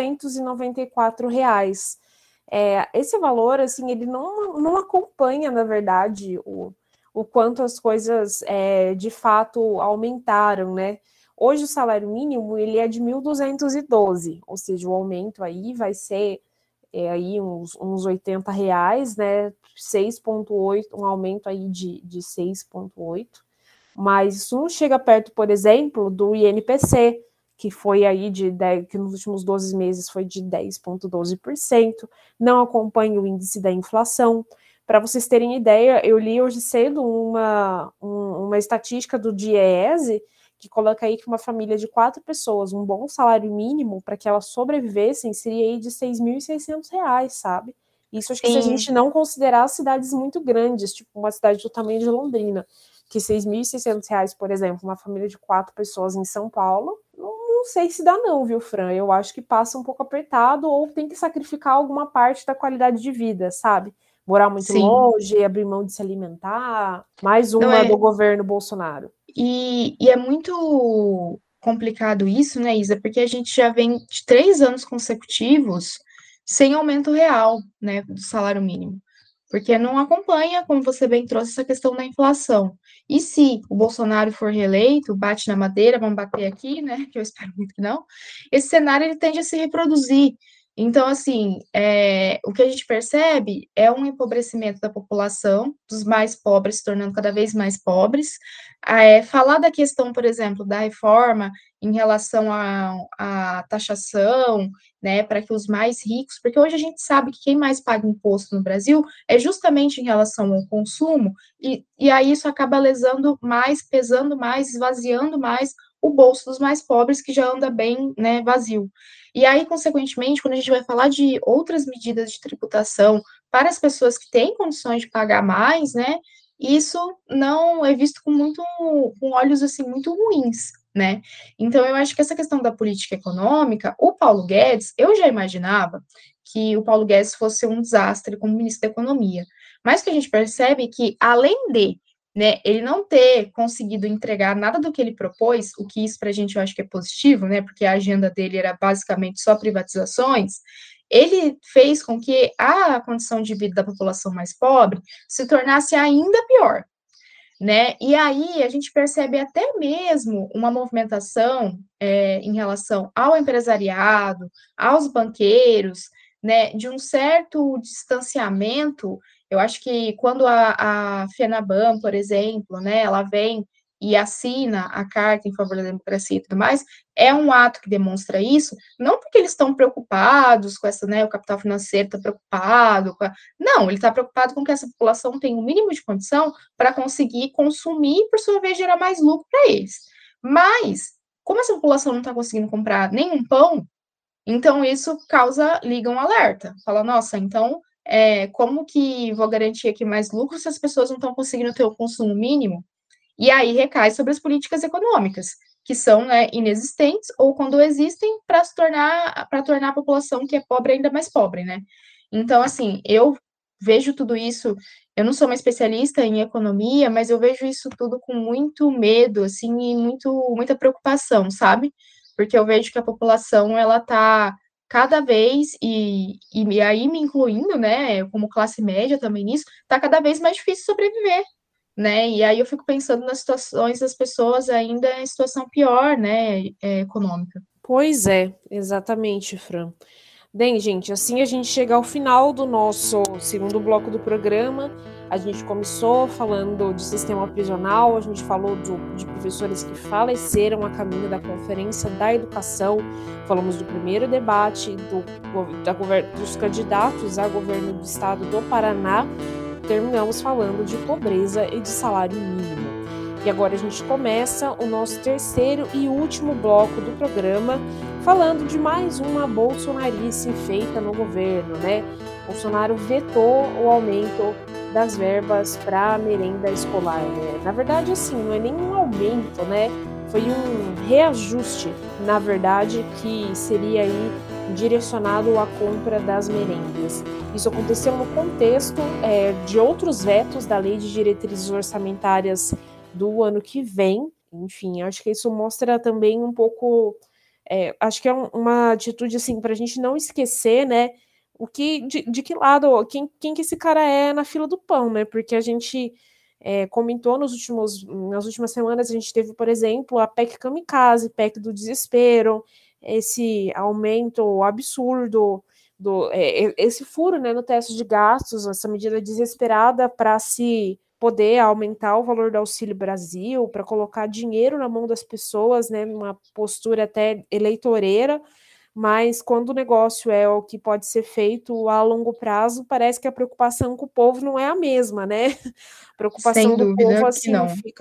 1.294. Esse valor, assim, ele não acompanha, na verdade, o quanto as coisas de fato aumentaram, né? Hoje o salário mínimo ele é de 1.212, ou seja, o aumento aí vai ser aí uns R$ 80, né? 6,8, um aumento aí de 6,8, mas isso não chega perto, por exemplo, do INPC, que foi aí que nos últimos 12 meses foi de 10,12%, não acompanha o índice da inflação. Para vocês terem ideia, eu li hoje cedo uma estatística do DIEESE que coloca aí que uma família de 4 pessoas, um bom salário mínimo para que elas sobrevivessem seria aí de R$ 6.600, sabe? Isso acho que se a gente não considerar as cidades muito grandes, tipo uma cidade do tamanho de Londrina, que R$ 6.600, por exemplo, uma família de 4 pessoas em São Paulo, não sei se dá não, viu, Fran? Eu acho que passa um pouco apertado ou tem que sacrificar alguma parte da qualidade de vida, sabe? Morar muito longe, abrir mão de se alimentar, mais uma do governo Bolsonaro. E é muito complicado isso, né, Isa? Porque a gente já vem de 3 anos consecutivos sem aumento real, né, do salário mínimo. Porque não acompanha, como você bem trouxe, essa questão da inflação. E se o Bolsonaro for reeleito, bate na madeira, vamos bater aqui, né, que eu espero muito que não, esse cenário ele tende a se reproduzir. Então, assim, o que a gente percebe é um empobrecimento da população, dos mais pobres se tornando cada vez mais pobres. Falar da questão, por exemplo, da reforma em relação à taxação, né, para que os mais ricos, porque hoje a gente sabe que quem mais paga imposto no Brasil é justamente em relação ao consumo, e aí isso acaba lesando mais, pesando mais, esvaziando mais o bolso dos mais pobres, que já anda bem, né, vazio. E aí, consequentemente, quando a gente vai falar de outras medidas de tributação para as pessoas que têm condições de pagar mais, né, isso não é visto com olhos assim muito ruins, né? Então eu acho que essa questão da política econômica, o Paulo Guedes, eu já imaginava que o Paulo Guedes fosse um desastre como ministro da Economia. Mas o que a gente percebe é que além de, né, ele não ter conseguido entregar nada do que ele propôs, o que isso para a gente eu acho que é positivo, né, porque a agenda dele era basicamente só privatizações, ele fez com que a condição de vida da população mais pobre se tornasse ainda pior, né? E aí a gente percebe até mesmo uma movimentação em relação ao empresariado, aos banqueiros, né, de um certo distanciamento. Eu acho que quando a FENABAN, por exemplo, né, ela vem e assina a carta em favor da democracia e tudo mais, é um ato que demonstra isso, não porque eles estão preocupados com essa, né, o capital financeiro está preocupado, não, ele está preocupado com que essa população tenha o mínimo de condição para conseguir consumir e, por sua vez, gerar mais lucro para eles. Mas, como essa população não está conseguindo comprar nenhum pão, então isso liga um alerta. Fala, nossa, então, como que vou garantir aqui mais lucro se as pessoas não estão conseguindo ter o consumo mínimo? E aí recai sobre as políticas econômicas, que são, né, inexistentes, ou quando existem, para tornar a população que é pobre ainda mais pobre, né? Então, assim, eu vejo tudo isso, eu não sou uma especialista em economia, mas eu vejo isso tudo com muito medo, assim, e muita preocupação, sabe? Porque eu vejo que a população, ela tá cada vez, e aí me incluindo, né, como classe média também nisso, tá cada vez mais difícil sobreviver, né? E aí eu fico pensando nas situações das pessoas ainda em situação pior, né, econômica. Pois é, exatamente, Fran. Bem, gente, assim a gente chega ao final do nosso segundo bloco do programa. A gente começou falando de sistema prisional, a gente falou de professores que faleceram a caminho da Conferência da Educação, falamos do primeiro debate dos candidatos a governo do estado do Paraná, terminamos falando de pobreza e de salário mínimo. E agora a gente começa o nosso terceiro e último bloco do programa, falando de mais uma bolsonarice feita no governo, né? Bolsonaro vetou o aumento das verbas para a merenda escolar, né? Na verdade, assim, não é nenhum aumento, né? Foi um reajuste, na verdade, que seria aí direcionado à compra das merendas. Isso aconteceu no contexto de outros vetos da Lei de Diretrizes Orçamentárias do ano que vem. Enfim, acho que isso mostra também um pouco, acho que é uma atitude assim para a gente não esquecer, né, de que lado, quem que esse cara é na fila do pão, né? Porque a gente comentou nas últimas semanas, a gente teve, por exemplo, a PEC Kamikaze, PEC do desespero, esse aumento absurdo esse furo, né, no teto de gastos, essa medida desesperada para se poder aumentar o valor do Auxílio Brasil, para colocar dinheiro na mão das pessoas, né, numa postura até eleitoreira, mas quando o negócio é o que pode ser feito a longo prazo, parece que a preocupação com o povo não é a mesma, né? A preocupação Sem do povo, dúvida que assim, não. fica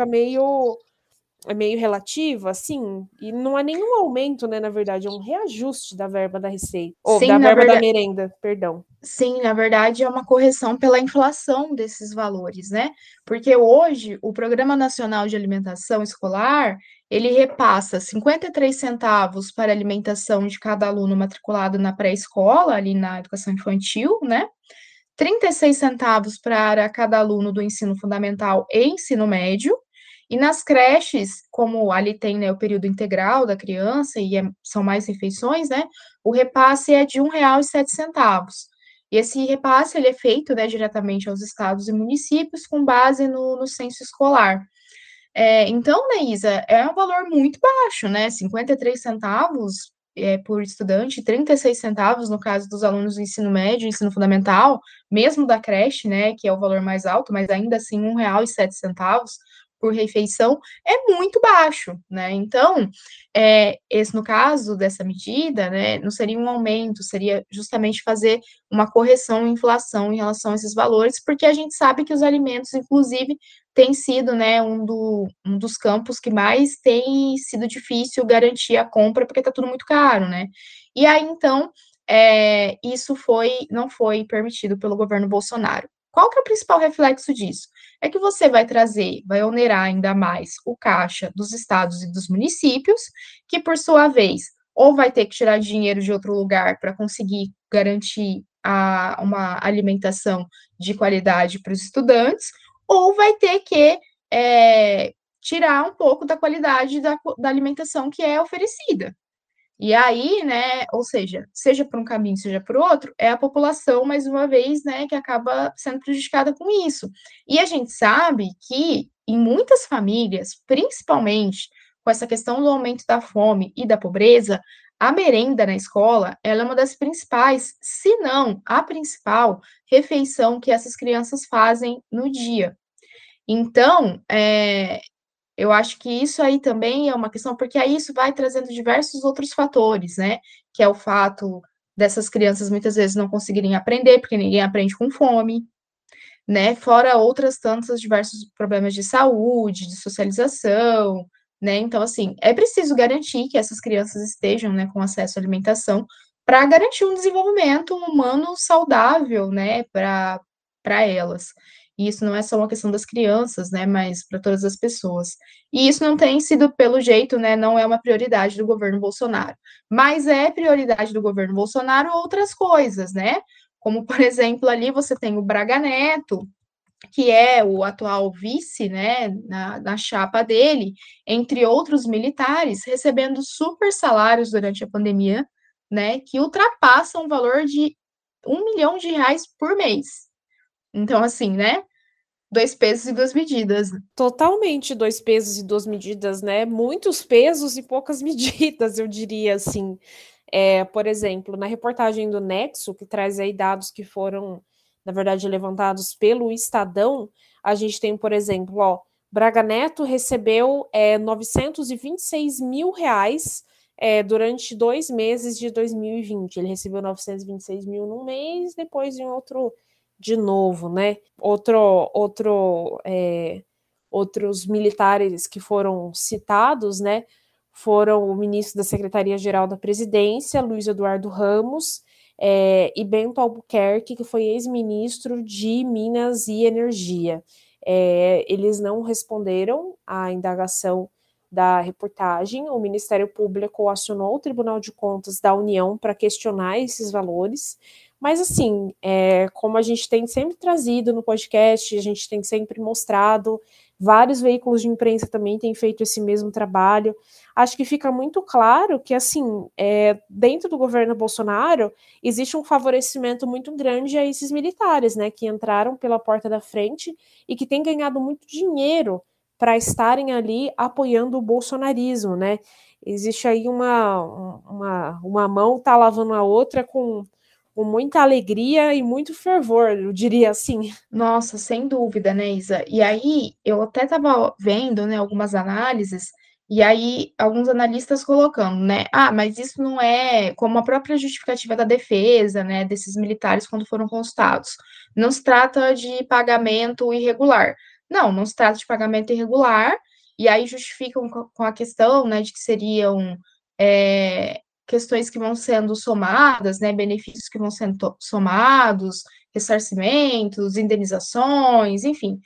meio relativa, assim, e não é nenhum aumento, né, na verdade, é um reajuste da verba da receita, ou Sim, da na verba da verdade, merenda, perdão. sim, na verdade é uma correção pela inflação desses valores, né? Porque hoje o Programa Nacional de Alimentação Escolar, ele repassa 53 centavos para a alimentação de cada aluno matriculado na pré-escola, ali na educação infantil, né? 36 centavos para cada aluno do ensino fundamental e ensino médio. E nas creches, como ali tem, né, o período integral da criança e são mais refeições, né, o repasse é de R$ 1,07. E esse repasse ele é feito, né, diretamente aos estados e municípios com base no censo escolar. Então, Neísa, é um valor muito baixo, né? 53 centavos por estudante, 36 centavos no caso dos alunos do ensino médio, ensino fundamental, mesmo da creche, né, que é o valor mais alto, mas ainda assim R$ 1,07 por refeição, é muito baixo, né? Então, esse no caso dessa medida, né, não seria um aumento, seria justamente fazer uma correção em inflação em relação a esses valores, porque a gente sabe que os alimentos, inclusive, tem sido, né, um dos campos que mais tem sido difícil garantir a compra, porque está tudo muito caro, né? E aí, então, isso não foi permitido pelo governo Bolsonaro. Qual que é o principal reflexo disso? É que você vai onerar ainda mais o caixa dos estados e dos municípios, que, por sua vez, ou vai ter que tirar dinheiro de outro lugar para conseguir garantir uma alimentação de qualidade para os estudantes, ou vai ter que tirar um pouco da qualidade da alimentação que é oferecida. E aí, né, ou seja por um caminho, seja por outro, é a população, mais uma vez, né, que acaba sendo prejudicada com isso. E a gente sabe que em muitas famílias, principalmente com essa questão do aumento da fome e da pobreza, a merenda na escola, ela é uma das principais, se não a principal refeição que essas crianças fazem no dia. Então, eu acho que isso aí também é uma questão, porque aí isso vai trazendo diversos outros fatores, né? Que é o fato dessas crianças muitas vezes não conseguirem aprender, porque ninguém aprende com fome, né? Fora outras tantas diversos problemas de saúde, de socialização, né? Então, assim, é preciso garantir que essas crianças estejam, né, com acesso à alimentação para garantir um desenvolvimento humano saudável, né, para elas. E isso não é só uma questão das crianças, né, mas para todas as pessoas. E isso não tem sido, pelo jeito, né, não é uma prioridade do governo Bolsonaro. Mas é prioridade do governo Bolsonaro outras coisas, né? Como, por exemplo, ali você tem o Braga Neto, que é o atual vice, né, na chapa dele, entre outros militares, recebendo super salários durante a pandemia, né, que ultrapassam o valor de R$ 1 milhão por mês. Então, assim, né, dois pesos e duas medidas. Totalmente dois pesos e duas medidas, né? Muitos pesos e poucas medidas, eu diria assim. Por exemplo, na reportagem do Nexo, que traz aí dados que foram, na verdade, levantados pelo Estadão, a gente tem, por exemplo, Braga Neto recebeu 926 mil reais durante 2 meses de 2020. Ele recebeu 926 mil num mês, depois em outro de novo, né? Outros militares que foram citados, né? Foram o ministro da Secretaria-Geral da Presidência, Luiz Eduardo Ramos, e Bento Albuquerque, que foi ex-ministro de Minas e Energia. Eles não responderam à indagação da reportagem. O Ministério Público acionou o Tribunal de Contas da União para questionar esses valores. Mas, assim, como a gente tem sempre trazido no podcast, a gente tem sempre mostrado, vários veículos de imprensa também têm feito esse mesmo trabalho. Acho que fica muito claro que, assim, dentro do governo Bolsonaro, existe um favorecimento muito grande a esses militares, né, que entraram pela porta da frente e que têm ganhado muito dinheiro para estarem ali apoiando o bolsonarismo, né? Existe aí uma mão tá lavando a outra com muita alegria e muito fervor, eu diria assim. Nossa, sem dúvida, né, Isa? E aí, eu até estava vendo, né, algumas análises, e aí alguns analistas colocando, né, mas isso não é como a própria justificativa da defesa, né, desses militares quando foram consultados. Não se trata de pagamento irregular. Não, não se trata de pagamento irregular, e aí justificam com a questão, né, de que seriam questões que vão sendo somadas, né, benefícios que vão sendo somados, ressarcimentos, indenizações, enfim.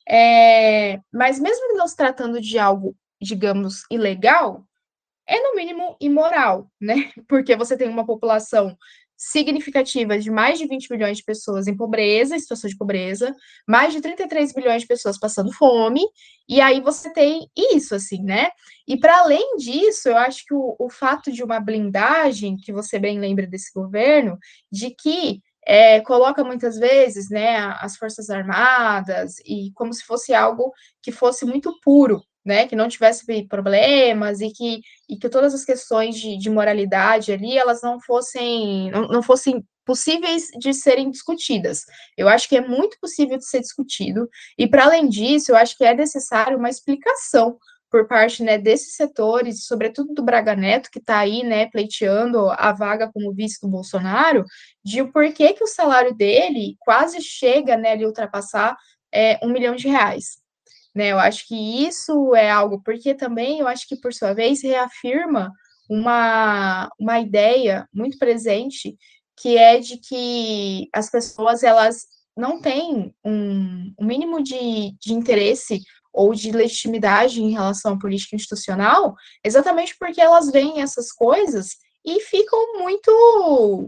Mas mesmo não se tratando de algo, digamos, ilegal, é no mínimo imoral, né? Porque você tem uma população significativa de mais de 20 milhões de pessoas em pobreza, em situação de pobreza, mais de 33 milhões de pessoas passando fome, e aí você tem isso, assim, né? E para além disso, eu acho que o fato de uma blindagem, que você bem lembra desse governo, de que coloca muitas vezes, né, as Forças Armadas, e como se fosse algo que fosse muito puro, né, que não tivesse problemas e que todas as questões de moralidade ali, elas não fossem possíveis de serem discutidas. Eu acho que é muito possível de ser discutido, e para além disso, eu acho que é necessário uma explicação por parte, né, desses setores, sobretudo do Braga Neto, que está aí, né, pleiteando a vaga como vice do Bolsonaro, de o porquê que o salário dele quase chega, né, a ultrapassar R$ 1 milhão, né? Eu acho que isso é algo, porque também eu acho que, por sua vez, reafirma uma ideia muito presente, que é de que as pessoas, elas não têm um mínimo de interesse ou de legitimidade em relação à política institucional, exatamente porque elas veem essas coisas e ficam muito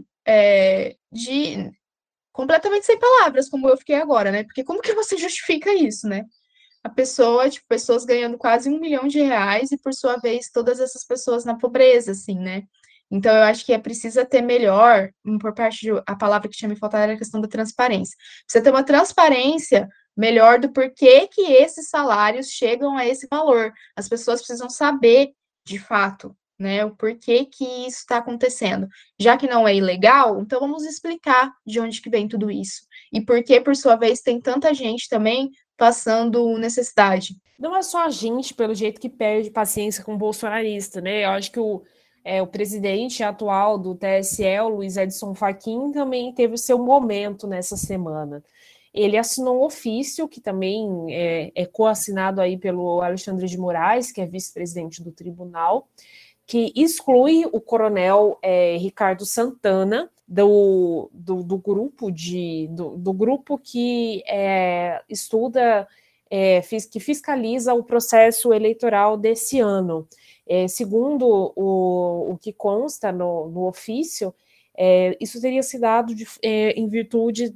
completamente sem palavras, como eu fiquei agora, né? Porque como que você justifica isso, né? A pessoa, tipo, pessoas ganhando quase R$ 1 milhão e, por sua vez, todas essas pessoas na pobreza, assim, né? Então, eu acho que é preciso ter melhor, por parte a palavra que tinha me faltado era a questão da transparência. Precisa ter uma transparência melhor do porquê que esses salários chegam a esse valor. As pessoas precisam saber, de fato, né, o porquê que isso está acontecendo. Já que não é ilegal, então vamos explicar de onde que vem tudo isso. E por que, por sua vez, tem tanta gente também passando necessidade. Não é só a gente, pelo jeito, que perde paciência com o bolsonarista, né? Eu acho que o presidente atual do TSE, o Luiz Edson Fachin, também teve o seu momento nessa semana. Ele assinou um ofício, que também é coassinado aí pelo Alexandre de Moraes, que é vice-presidente do tribunal, que exclui o coronel Ricardo Santana do grupo do grupo que estuda, que fiscaliza o processo eleitoral desse ano. Segundo o que consta no ofício, isso teria se dado em virtude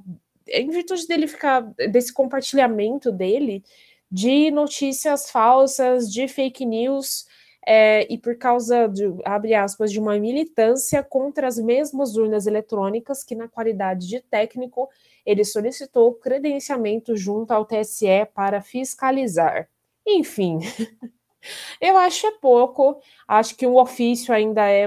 dele desse compartilhamento dele de notícias falsas, de fake news, e por causa abre aspas, de uma militância contra as mesmas urnas eletrônicas que, na qualidade de técnico, ele solicitou credenciamento junto ao TSE para fiscalizar. Enfim, eu acho pouco, acho que o ofício ainda é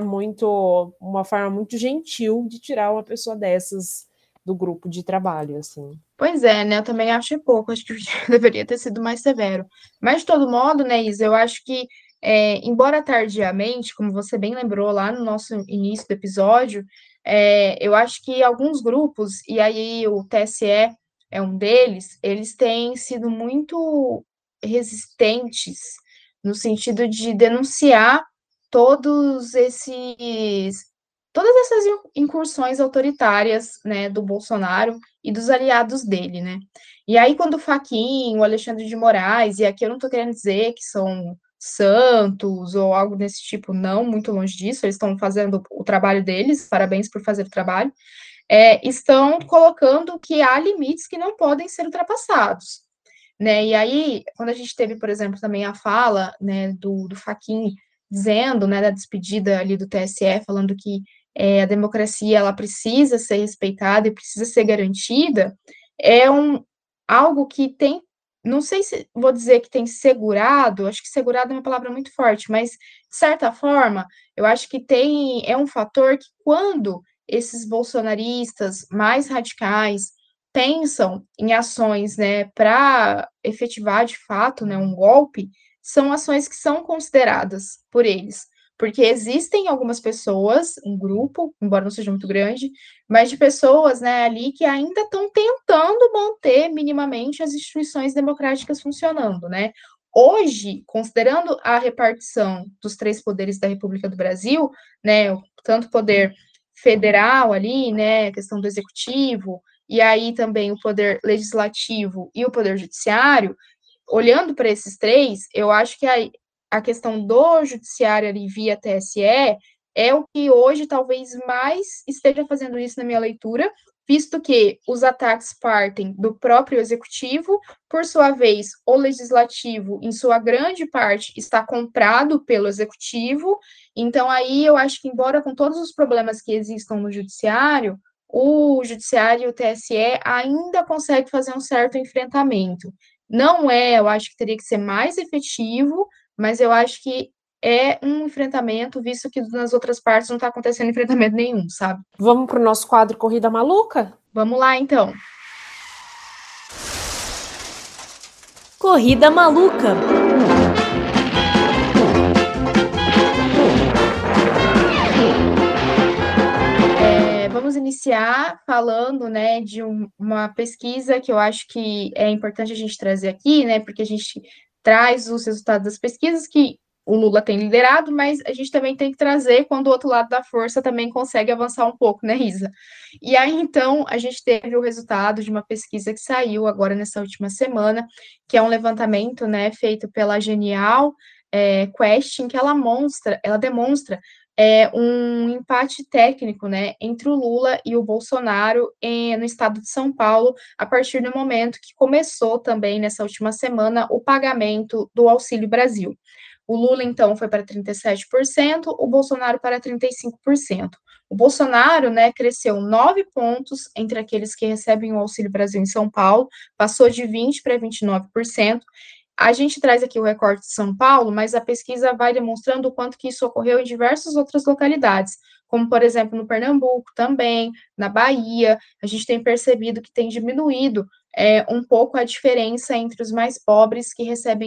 uma forma muito gentil de tirar uma pessoa dessas do grupo de trabalho, assim. Pois é, né? Eu também acho pouco, acho que deveria ter sido mais severo. Mas, de todo modo, né, Isa, eu acho que, embora tardiamente, como você bem lembrou lá no nosso início do episódio, eu acho que alguns grupos, e aí o TSE é um deles, eles têm sido muito resistentes no sentido de denunciar todos esses, todas essas incursões autoritárias, né, do Bolsonaro e dos aliados dele, né? E aí, quando o Fachin, o Alexandre de Moraes, e aqui eu não estou querendo dizer que são santos ou algo desse tipo, não, muito longe disso, eles estão fazendo o trabalho deles, parabéns por fazer o trabalho, estão colocando que há limites que não podem ser ultrapassados, né? E aí, quando a gente teve, por exemplo, também a fala, né, do Fachin dizendo, né, da despedida ali do TSE, falando que a democracia ela precisa ser respeitada e precisa ser garantida, é algo que tem, não sei se vou dizer que tem segurado, acho que segurado é uma palavra muito forte, mas de certa forma, eu acho que é um fator que quando esses bolsonaristas mais radicais pensam em ações, né, para efetivar de fato, né, um golpe, são ações que são consideradas por eles, porque existem algumas pessoas, um grupo, embora não seja muito grande, mas de pessoas, né, ali que ainda estão tentando manter minimamente as instituições democráticas funcionando, né? Hoje, considerando a repartição dos três poderes da República do Brasil, né, tanto o poder federal ali, né, a questão do executivo, e aí também o poder legislativo e o poder judiciário, olhando para esses três, eu acho que a questão do judiciário ali via TSE é o que hoje talvez mais esteja fazendo isso na minha leitura, visto que os ataques partem do próprio executivo, por sua vez, o legislativo, em sua grande parte, está comprado pelo executivo. Então, aí eu acho que, embora com todos os problemas que existam no judiciário, o judiciário e o TSE ainda consegue fazer um certo enfrentamento. Não é, eu acho que teria que ser mais efetivo, mas eu acho que é um enfrentamento, visto que nas outras partes não está acontecendo enfrentamento nenhum, sabe? Vamos para o nosso quadro Corrida Maluca? Vamos lá, então. Corrida Maluca. Vamos iniciar falando, né, de uma pesquisa que eu acho que é importante a gente trazer aqui, né, porque a gente traz os resultados das pesquisas que o Lula tem liderado, mas a gente também tem que trazer quando o outro lado da força também consegue avançar um pouco, né, Isa? E aí, então, a gente teve o resultado de uma pesquisa que saiu agora nessa última semana, que é um levantamento, né, feito pela Genial Quest, em que ela demonstra um empate técnico, né, entre o Lula e o Bolsonaro no estado de São Paulo, a partir do momento que começou também nessa última semana o pagamento do Auxílio Brasil. O Lula, então, foi para 37%, o Bolsonaro para 35%. O Bolsonaro, né, cresceu 9 pontos entre aqueles que recebem o Auxílio Brasil em São Paulo, passou de 20% para 29%. A gente traz aqui o recorte de São Paulo, mas a pesquisa vai demonstrando o quanto que isso ocorreu em diversas outras localidades, como, por exemplo, no Pernambuco também, na Bahia. A gente tem percebido que tem diminuído um pouco a diferença entre os mais pobres que recebem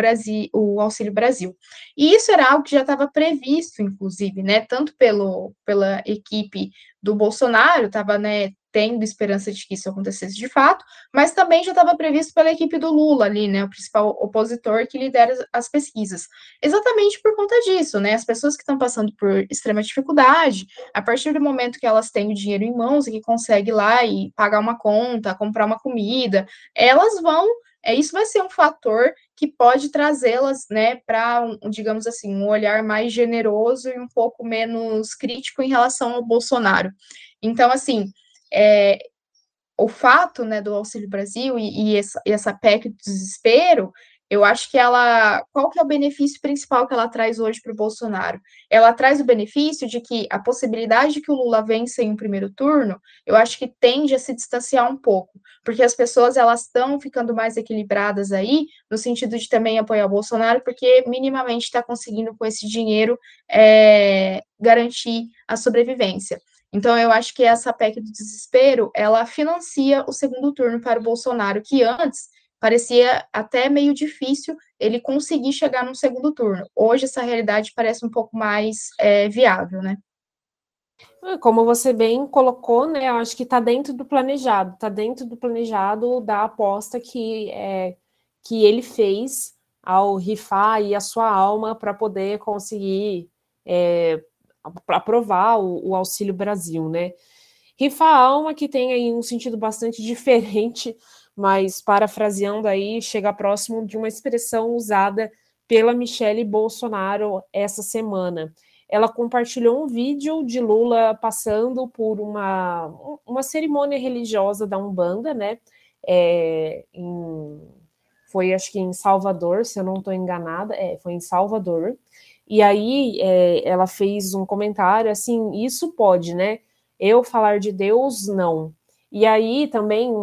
o Auxílio Brasil. E isso era algo que já estava previsto, inclusive, né? Tanto pela equipe do Bolsonaro, estava, né, tendo esperança de que isso acontecesse de fato, mas também já estava previsto pela equipe do Lula ali, né, o principal opositor que lidera as pesquisas. Exatamente por conta disso, né, as pessoas que estão passando por extrema dificuldade, a partir do momento que elas têm o dinheiro em mãos e que conseguem ir lá e pagar uma conta, comprar uma comida, elas vão isso vai ser um fator que pode trazê-las, né, para, digamos assim, um olhar mais generoso e um pouco menos crítico em relação ao Bolsonaro. Então, assim, é, o fato, né, do Auxílio Brasil e essa PEC do desespero, eu acho que qual que é o benefício principal que ela traz hoje para o Bolsonaro? Ela traz o benefício de que a possibilidade de que o Lula vença em um primeiro turno, eu acho que tende a se distanciar um pouco, porque as pessoas elas estão ficando mais equilibradas aí, no sentido de também apoiar o Bolsonaro, porque minimamente está conseguindo com esse dinheiro garantir a sobrevivência. Então, eu acho que essa PEC do desespero, ela financia o segundo turno para o Bolsonaro, que antes parecia até meio difícil ele conseguir chegar no segundo turno. Hoje, essa realidade parece um pouco mais viável, né? Como você bem colocou, né? Eu acho que está dentro do planejado, está dentro do planejado da aposta que ele fez ao rifar aí a sua alma para poder conseguir aprovar o Auxílio Brasil, né? Rifar a alma que tem aí um sentido bastante diferente, mas parafraseando aí, chega próximo de uma expressão usada pela Michele Bolsonaro essa semana. Ela compartilhou um vídeo de Lula passando por uma cerimônia religiosa da Umbanda, né? Foi acho que em Salvador, se eu não estou enganada, foi em Salvador. E aí ela fez um comentário assim, isso pode, né? Eu falar de Deus, não. E aí também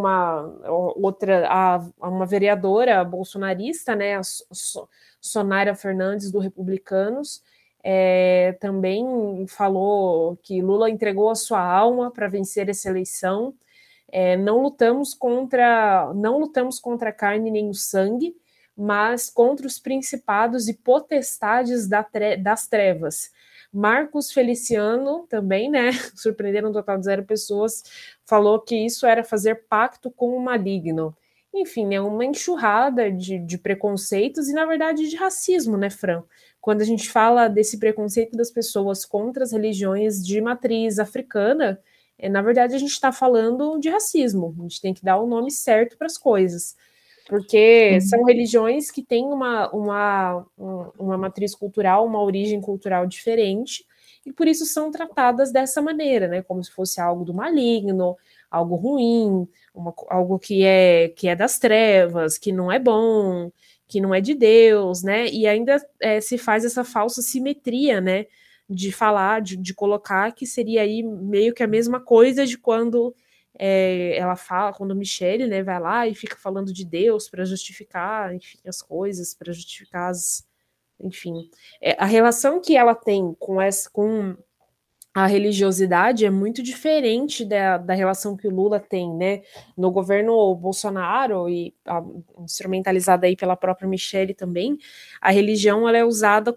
uma vereadora bolsonarista, né, a Sonária Fernandes, do Republicanos, também falou que Lula entregou a sua alma para vencer essa eleição. Não lutamos contra a carne nem o sangue, mas contra os principados e potestades das trevas. Marcos Feliciano também, né, surpreenderam um total de 0 pessoas, falou que isso era fazer pacto com o maligno. Enfim, é uma enxurrada de preconceitos e, na verdade, de racismo, né, Fran? Quando a gente fala desse preconceito das pessoas contra as religiões de matriz africana, na verdade, a gente está falando de racismo. A gente tem que dar o nome certo para as coisas. Porque são religiões que têm uma matriz cultural, uma origem cultural diferente, e por isso são tratadas dessa maneira, né? Como se fosse algo do maligno, algo ruim, algo que é das trevas, que não é bom, que não é de Deus, né? E ainda se faz essa falsa simetria, né? De falar, de colocar que seria aí meio que a mesma coisa de quando ela fala, quando Michele, né, vai lá e fica falando de Deus para justificar, enfim, as coisas, para justificar enfim, a relação que ela tem com a religiosidade é muito diferente da relação que o Lula tem, né? No governo Bolsonaro, e instrumentalizada aí pela própria Michele também, a religião ela é usada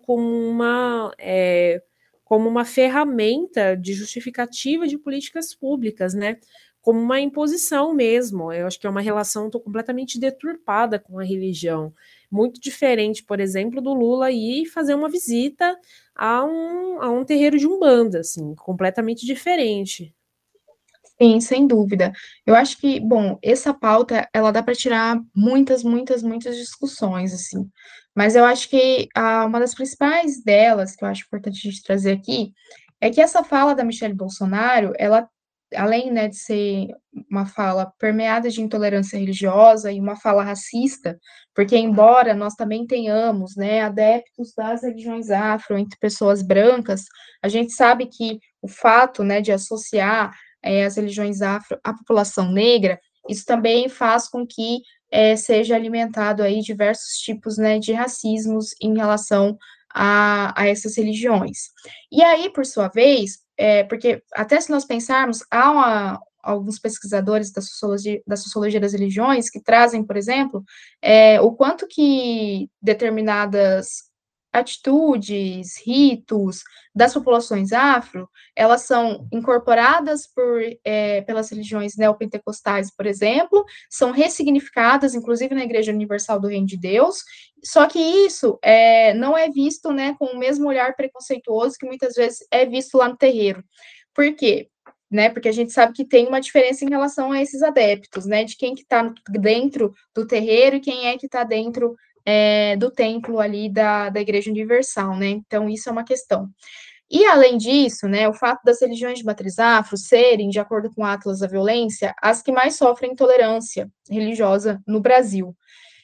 como uma ferramenta de justificativa de políticas públicas, né? Como uma imposição mesmo. Eu acho que é uma relação completamente deturpada com a religião. Muito diferente, por exemplo, do Lula ir fazer uma visita a um terreiro de Umbanda, assim, completamente diferente. Sim, sem dúvida. Eu acho que, bom, essa pauta, ela dá para tirar muitas discussões, assim. Mas eu acho que uma das principais delas, que eu acho importante a gente trazer aqui, é que essa fala da Michelle Bolsonaro, ela, além, né, de ser uma fala permeada de intolerância religiosa e uma fala racista, porque embora nós também tenhamos, né, adeptos das religiões afro entre pessoas brancas, a gente sabe que o fato, né, de associar as religiões afro, a população negra, isso também faz com que seja alimentado aí diversos tipos, né, de racismos em relação a essas religiões. E aí, por sua vez, porque até se nós pensarmos, alguns pesquisadores da sociologia das religiões que trazem, por exemplo, o quanto que determinadas atitudes, ritos das populações afro, elas são incorporadas pelas religiões neopentecostais, por exemplo, são ressignificadas, inclusive na Igreja Universal do Reino de Deus, só que isso não é visto, né, com o mesmo olhar preconceituoso que muitas vezes é visto lá no terreiro. Por quê? Né, porque a gente sabe que tem uma diferença em relação a esses adeptos, né, de quem que está dentro do terreiro e quem é que está dentro do templo ali da Igreja Universal, né? Então, isso é uma questão. E, além disso, né, o fato das religiões de matriz afro serem, de acordo com o Atlas da Violência, as que mais sofrem intolerância religiosa no Brasil.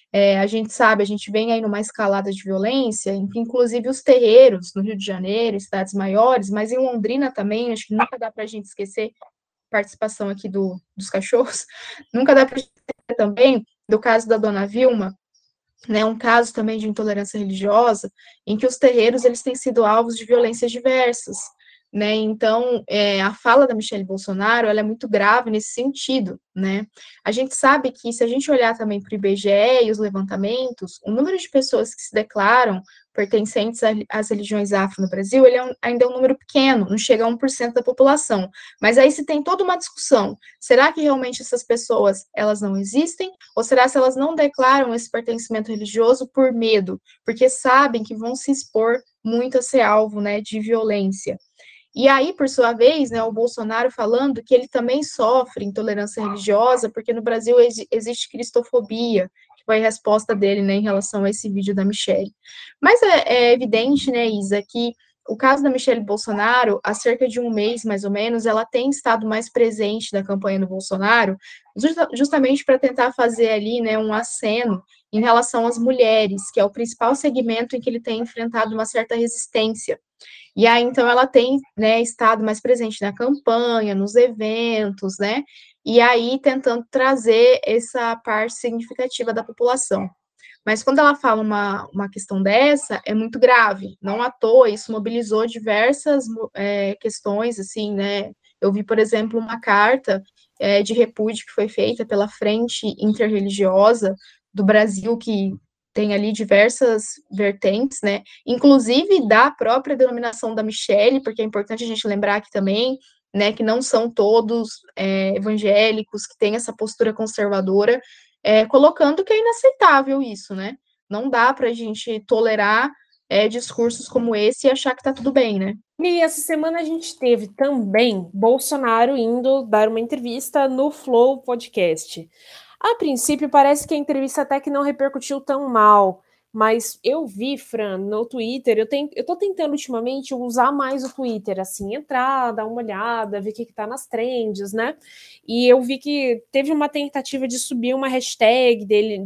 A gente sabe, a gente vem aí numa escalada de violência, em que inclusive os terreiros, no Rio de Janeiro, cidades maiores, mas em Londrina também, acho que nunca dá para a gente esquecer a participação aqui dos cachorros, nunca dá para a gente esquecer também do caso da Dona Vilma, né, um caso também de intolerância religiosa, em que os terreiros eles têm sido alvos de violências diversas, né? Então, a fala da Michelle Bolsonaro ela é muito grave nesse sentido, né? A gente sabe que se a gente olhar também para o IBGE e os levantamentos, o número de pessoas que se declaram pertencentes às religiões afro no Brasil, ele ainda é um número pequeno, não chega a 1% da população. Mas aí se tem toda uma discussão, será que realmente essas pessoas, elas não existem? Ou será se elas não declaram esse pertencimento religioso por medo? Porque sabem que vão se expor muito a ser alvo, né, de violência. E aí, por sua vez, né, o Bolsonaro falando que ele também sofre intolerância religiosa, porque no Brasil existe cristofobia, que foi a resposta dele, né, em relação a esse vídeo da Michelle. Mas é evidente, né, Isa, que o caso da Michelle Bolsonaro, há cerca de um mês, mais ou menos, ela tem estado mais presente na campanha do Bolsonaro, justamente para tentar fazer ali, né, um aceno em relação às mulheres, que é o principal segmento em que ele tem enfrentado uma certa resistência. E aí, então, ela tem, né, estado mais presente na campanha, nos eventos, né, e aí tentando trazer essa parte significativa da população. Mas quando ela fala uma questão dessa, é muito grave. Não à toa, isso mobilizou diversas questões, assim, né, eu vi, por exemplo, uma carta de repúdio que foi feita pela Frente Interreligiosa do Brasil, que tem ali diversas vertentes, né, inclusive da própria denominação da Michelle, porque é importante a gente lembrar aqui também, né, que não são todos evangélicos que têm essa postura conservadora, colocando que é inaceitável isso, né, não dá para a gente tolerar discursos como esse e achar que está tudo bem, né. E essa semana a gente teve também Bolsonaro indo dar uma entrevista no Flow Podcast. A princípio, parece que a entrevista até que não repercutiu tão mal, mas eu vi, Fran, no Twitter, eu tô tentando ultimamente usar mais o Twitter, assim, entrar, dar uma olhada, ver o que tá nas trends, né? E eu vi que teve uma tentativa de subir uma hashtag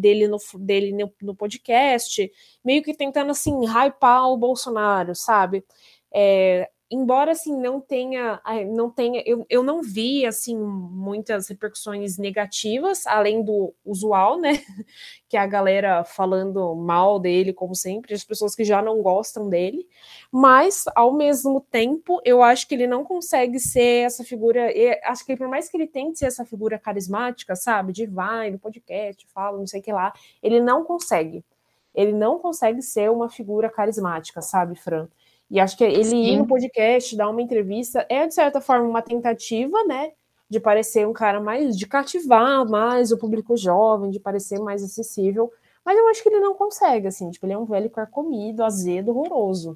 dele no podcast, meio que tentando, assim, hypar o Bolsonaro, sabe? embora assim não tenha, eu não vi assim muitas repercussões negativas, além do usual, né? Que é a galera falando mal dele, como sempre, as pessoas que já não gostam dele, mas ao mesmo tempo eu acho que ele não consegue ser essa figura, acho que por mais que ele tente ser essa figura carismática, sabe, de vai no podcast, fala, não sei o que lá, ele não consegue. Ele não consegue ser uma figura carismática, sabe, Fran? E acho que ele ir no Sim. podcast, dar uma entrevista, é de certa forma uma tentativa, né? De parecer um cara mais, de cativar mais o público jovem, de parecer mais acessível. Mas eu acho que ele não consegue, assim, tipo, ele é um velho carcomido, azedo, horroroso.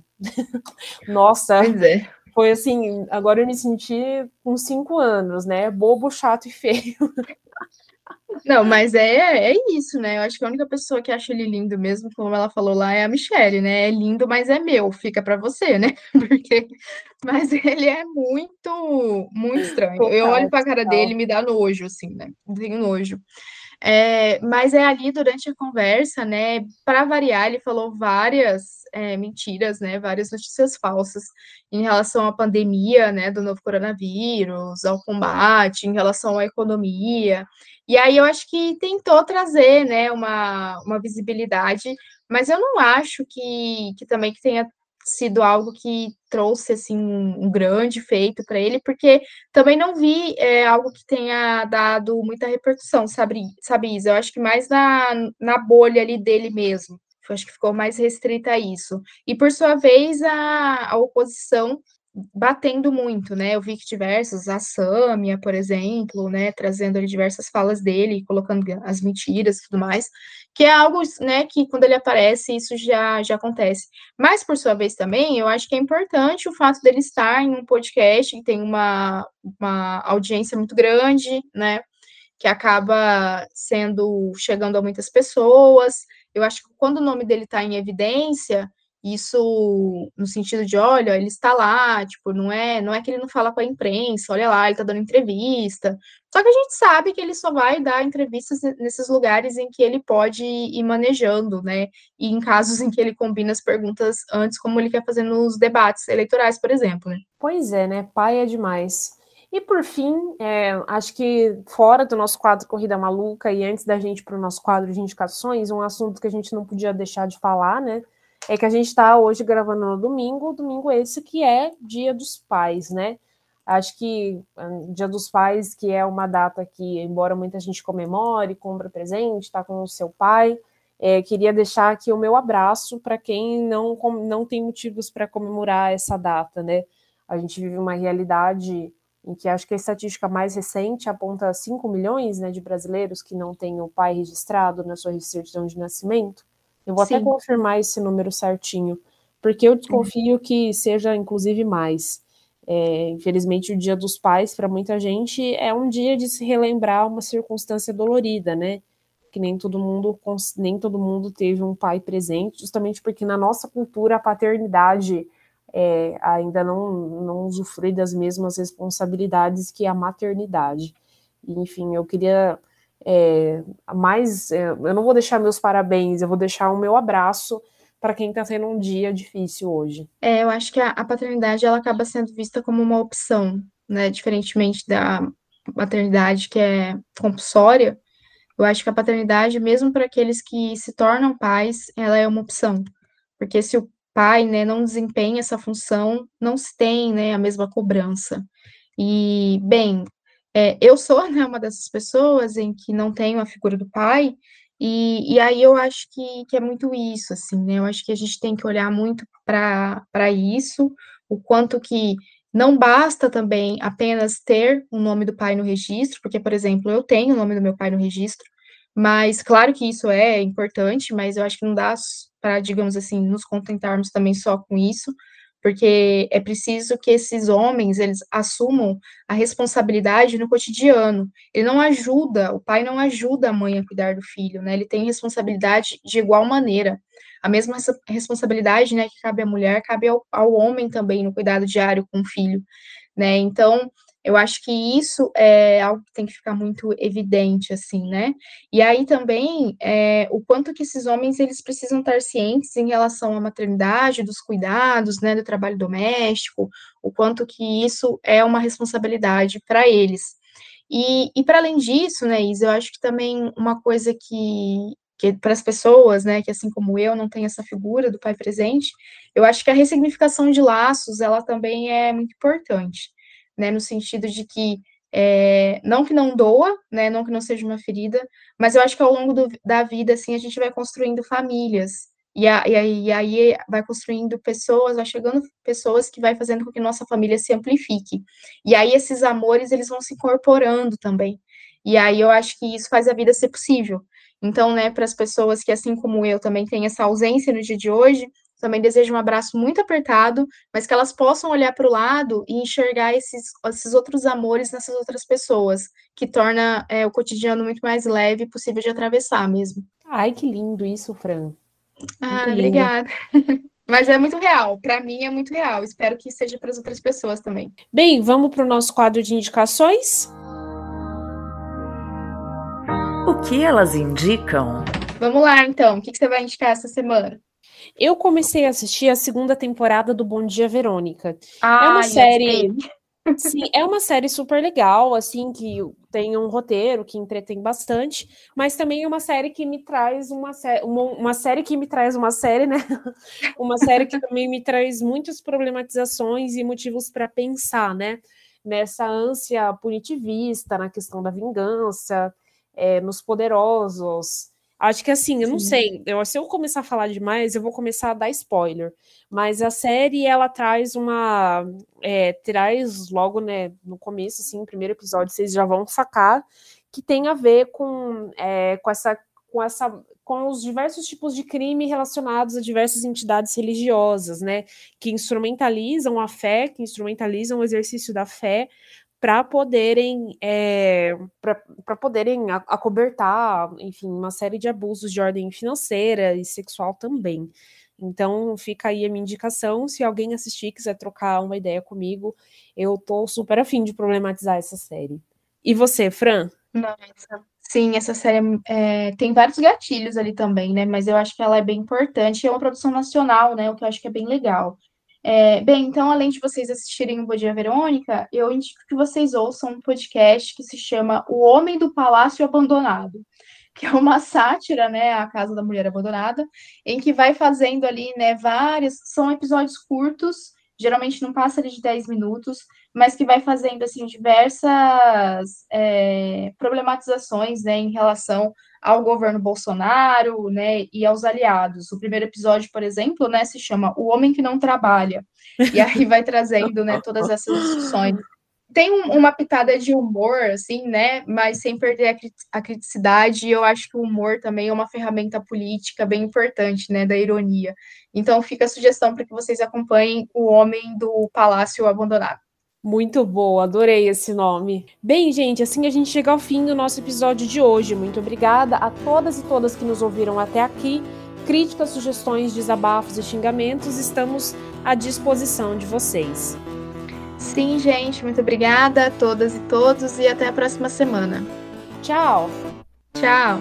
Nossa, Pois é. foi assim, agora eu me senti com 5 anos, né? Bobo, chato e feio. Não, mas é isso, né? Eu acho que a única pessoa que acha ele lindo mesmo, como ela falou lá, é a Michelle, né? É lindo, mas é meu, fica pra você, né? Porque, mas ele é muito, muito estranho. Eu olho Total, pra cara dele e total. me dá nojo, assim, né? Tenho nojo. Mas é ali durante a conversa, né? Para variar, ele falou várias mentiras, né? Várias notícias falsas em relação à pandemia, né? Do novo coronavírus, ao combate, em relação à economia. E aí eu acho que tentou trazer, né? Uma visibilidade, mas eu não acho que também que tenha sido algo que trouxe assim um grande feito para ele, porque também não vi algo que tenha dado muita repercussão, sabe, Isa? Eu acho que mais na bolha ali dele mesmo. Eu acho que ficou mais restrita a isso. E, por sua vez, a oposição batendo muito, né? Eu vi que diversos, a Sâmia, por exemplo, né, trazendo ali diversas falas dele, colocando as mentiras e tudo mais, que é algo, né, que quando ele aparece, isso já acontece. Mas, por sua vez, também, eu acho que é importante o fato dele estar em um podcast que tem uma audiência muito grande, né? Que acaba chegando a muitas pessoas. Eu acho que quando o nome dele está em evidência, isso no sentido de, olha, ele está lá, tipo, não é que ele não fala com a imprensa, olha lá, ele está dando entrevista. Só que a gente sabe que ele só vai dar entrevistas nesses lugares em que ele pode ir manejando, né? E em casos em que ele combina as perguntas antes, como ele quer fazer nos debates eleitorais, por exemplo, né? Pois é, né? Pai é demais. E por fim, acho que fora do nosso quadro Corrida Maluca e antes da gente para o nosso quadro de indicações, um assunto que a gente não podia deixar de falar, né? É que a gente está hoje gravando no domingo esse que é Dia dos Pais, né? Acho que Dia dos Pais, que é uma data que, embora muita gente comemore, compra presente, está com o seu pai, queria deixar aqui o meu abraço para quem não tem motivos para comemorar essa data, né? A gente vive uma realidade em que acho que a estatística mais recente aponta 5 milhões, né, de brasileiros que não têm o pai registrado na sua certidão de nascimento. Eu vou até Sim. confirmar esse número certinho, porque eu desconfio que seja inclusive mais. Infelizmente, o Dia dos Pais, para muita gente, é um dia de se relembrar uma circunstância dolorida, né? Que nem todo mundo teve um pai presente, justamente porque na nossa cultura a paternidade ainda não usufrui das mesmas responsabilidades que a maternidade. E, enfim, eu queria eu não vou deixar meus parabéns, eu vou deixar o meu abraço para quem está tendo um dia difícil hoje. Eu acho que a paternidade ela acaba sendo vista como uma opção, né? Diferentemente da maternidade que é compulsória, eu acho que a paternidade, mesmo para aqueles que se tornam pais, ela é uma opção. Porque se o pai, né, não desempenha essa função, não se tem, né, a mesma cobrança. E, bem, eu sou, né, uma dessas pessoas em que não tenho a figura do pai, e aí eu acho que é muito isso, assim, né? Eu acho que a gente tem que olhar muito para isso, o quanto que não basta também apenas ter o nome do pai no registro, porque, por exemplo, eu tenho o nome do meu pai no registro, mas claro que isso é importante, mas eu acho que não dá para, digamos assim, nos contentarmos também só com isso, porque é preciso que esses homens eles assumam a responsabilidade no cotidiano. Ele não ajuda, o pai não ajuda a mãe a cuidar do filho, né? Ele tem responsabilidade de igual maneira. A mesma responsabilidade, né, que cabe à mulher, cabe ao homem também no cuidado diário com o filho, né? Então, Eu acho que isso é algo que tem que ficar muito evidente, assim, né? E aí também o quanto que esses homens eles precisam estar cientes em relação à maternidade, dos cuidados, né, do trabalho doméstico, o quanto que isso é uma responsabilidade para eles. E para além disso, né, Isa, eu acho que também uma coisa que para as pessoas, né, que assim como eu não tem essa figura do pai presente, eu acho que a ressignificação de laços, ela também é muito importante, né, no sentido de que não que não doa, né, não que não seja uma ferida, mas eu acho que ao longo da vida, assim, a gente vai construindo famílias, e aí vai construindo pessoas, vai chegando pessoas que vai fazendo com que nossa família se amplifique. E aí esses amores, eles vão se incorporando também. E aí eu acho que isso faz a vida ser possível. Então, né, para as pessoas que, assim como eu, também têm essa ausência no dia de hoje, também desejo um abraço muito apertado, mas que elas possam olhar para o lado e enxergar esses outros amores nessas outras pessoas, que torna o cotidiano muito mais leve e possível de atravessar mesmo. Ai, que lindo isso, Fran. Muito Ah, lindo. obrigada. Mas é muito real, para mim é muito real. Espero que seja para as outras pessoas também. Bem, vamos para o nosso quadro de indicações? O que elas indicam? Vamos lá, então. O que você vai indicar essa semana? Eu comecei a assistir a segunda temporada do Bom Dia, Verônica. É uma Ah, série, sim, é uma série super legal, assim, que tem um roteiro que entretém bastante, mas também é uma série que me traz uma série que me traz uma série, né? Uma série que também me traz muitas problematizações e motivos para pensar, né? Nessa ânsia punitivista, na questão da vingança, nos poderosos. Acho que assim, eu não sei, se eu começar a falar demais, eu vou começar a dar spoiler. Mas a série, ela traz traz logo, né, no começo, assim, no primeiro episódio, vocês já vão sacar, que tem a ver com os diversos tipos de crime relacionados a diversas entidades religiosas, né, que instrumentalizam a fé, que instrumentalizam o exercício da fé para poderem acobertar, enfim, uma série de abusos de ordem financeira e sexual também. Então, fica aí a minha indicação. Se alguém assistir, quiser trocar uma ideia comigo, eu tô super afim de problematizar essa série. E você, Fran? Nossa. Sim, essa série tem vários gatilhos ali também, né? Mas eu acho que ela é bem importante. É uma produção nacional, né? O que eu acho que é bem legal. Bem, então, além de vocês assistirem o Bom Dia Verônica, eu indico que vocês ouçam um podcast que se chama O Homem do Palácio Abandonado, que é uma sátira, né, à Casa da Mulher Abandonada, em que vai fazendo ali, né, são episódios curtos, geralmente não passa ali de 10 minutos, mas que vai fazendo, assim, diversas problematizações, né, em relação ao governo Bolsonaro, né, e aos aliados. O primeiro episódio, por exemplo, né, se chama O Homem que Não Trabalha, e aí vai trazendo, né, todas essas discussões. Tem uma pitada de humor, assim, né, mas sem perder a criticidade, e eu acho que o humor também é uma ferramenta política bem importante, né, da ironia. Então fica a sugestão para que vocês acompanhem O Homem do Palácio Abandonado. Muito boa, adorei esse nome. Bem, gente, assim a gente chega ao fim do nosso episódio de hoje. Muito obrigada a todas e todas que nos ouviram até aqui. Críticas, sugestões, desabafos e xingamentos, estamos à disposição de vocês. Sim, gente, muito obrigada a todas e todos e até a próxima semana. Tchau! Tchau!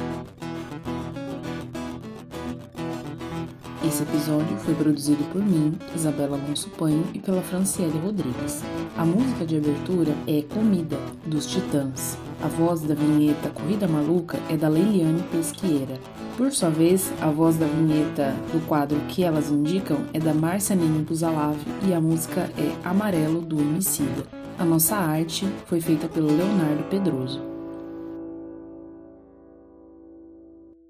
Esse episódio foi produzido por mim, Isabela Alonso Panho, e pela Franciele Rodrigues. A música de abertura é Comida, dos Titãs. A voz da vinheta Corrida Maluca é da Leiliane Pesqueira. Por sua vez, a voz da vinheta do quadro Que Elas Indicam é da Márcia Nini Busalave e a música é Amarelo, do Emicida. A nossa arte foi feita pelo Leonardo Pedroso.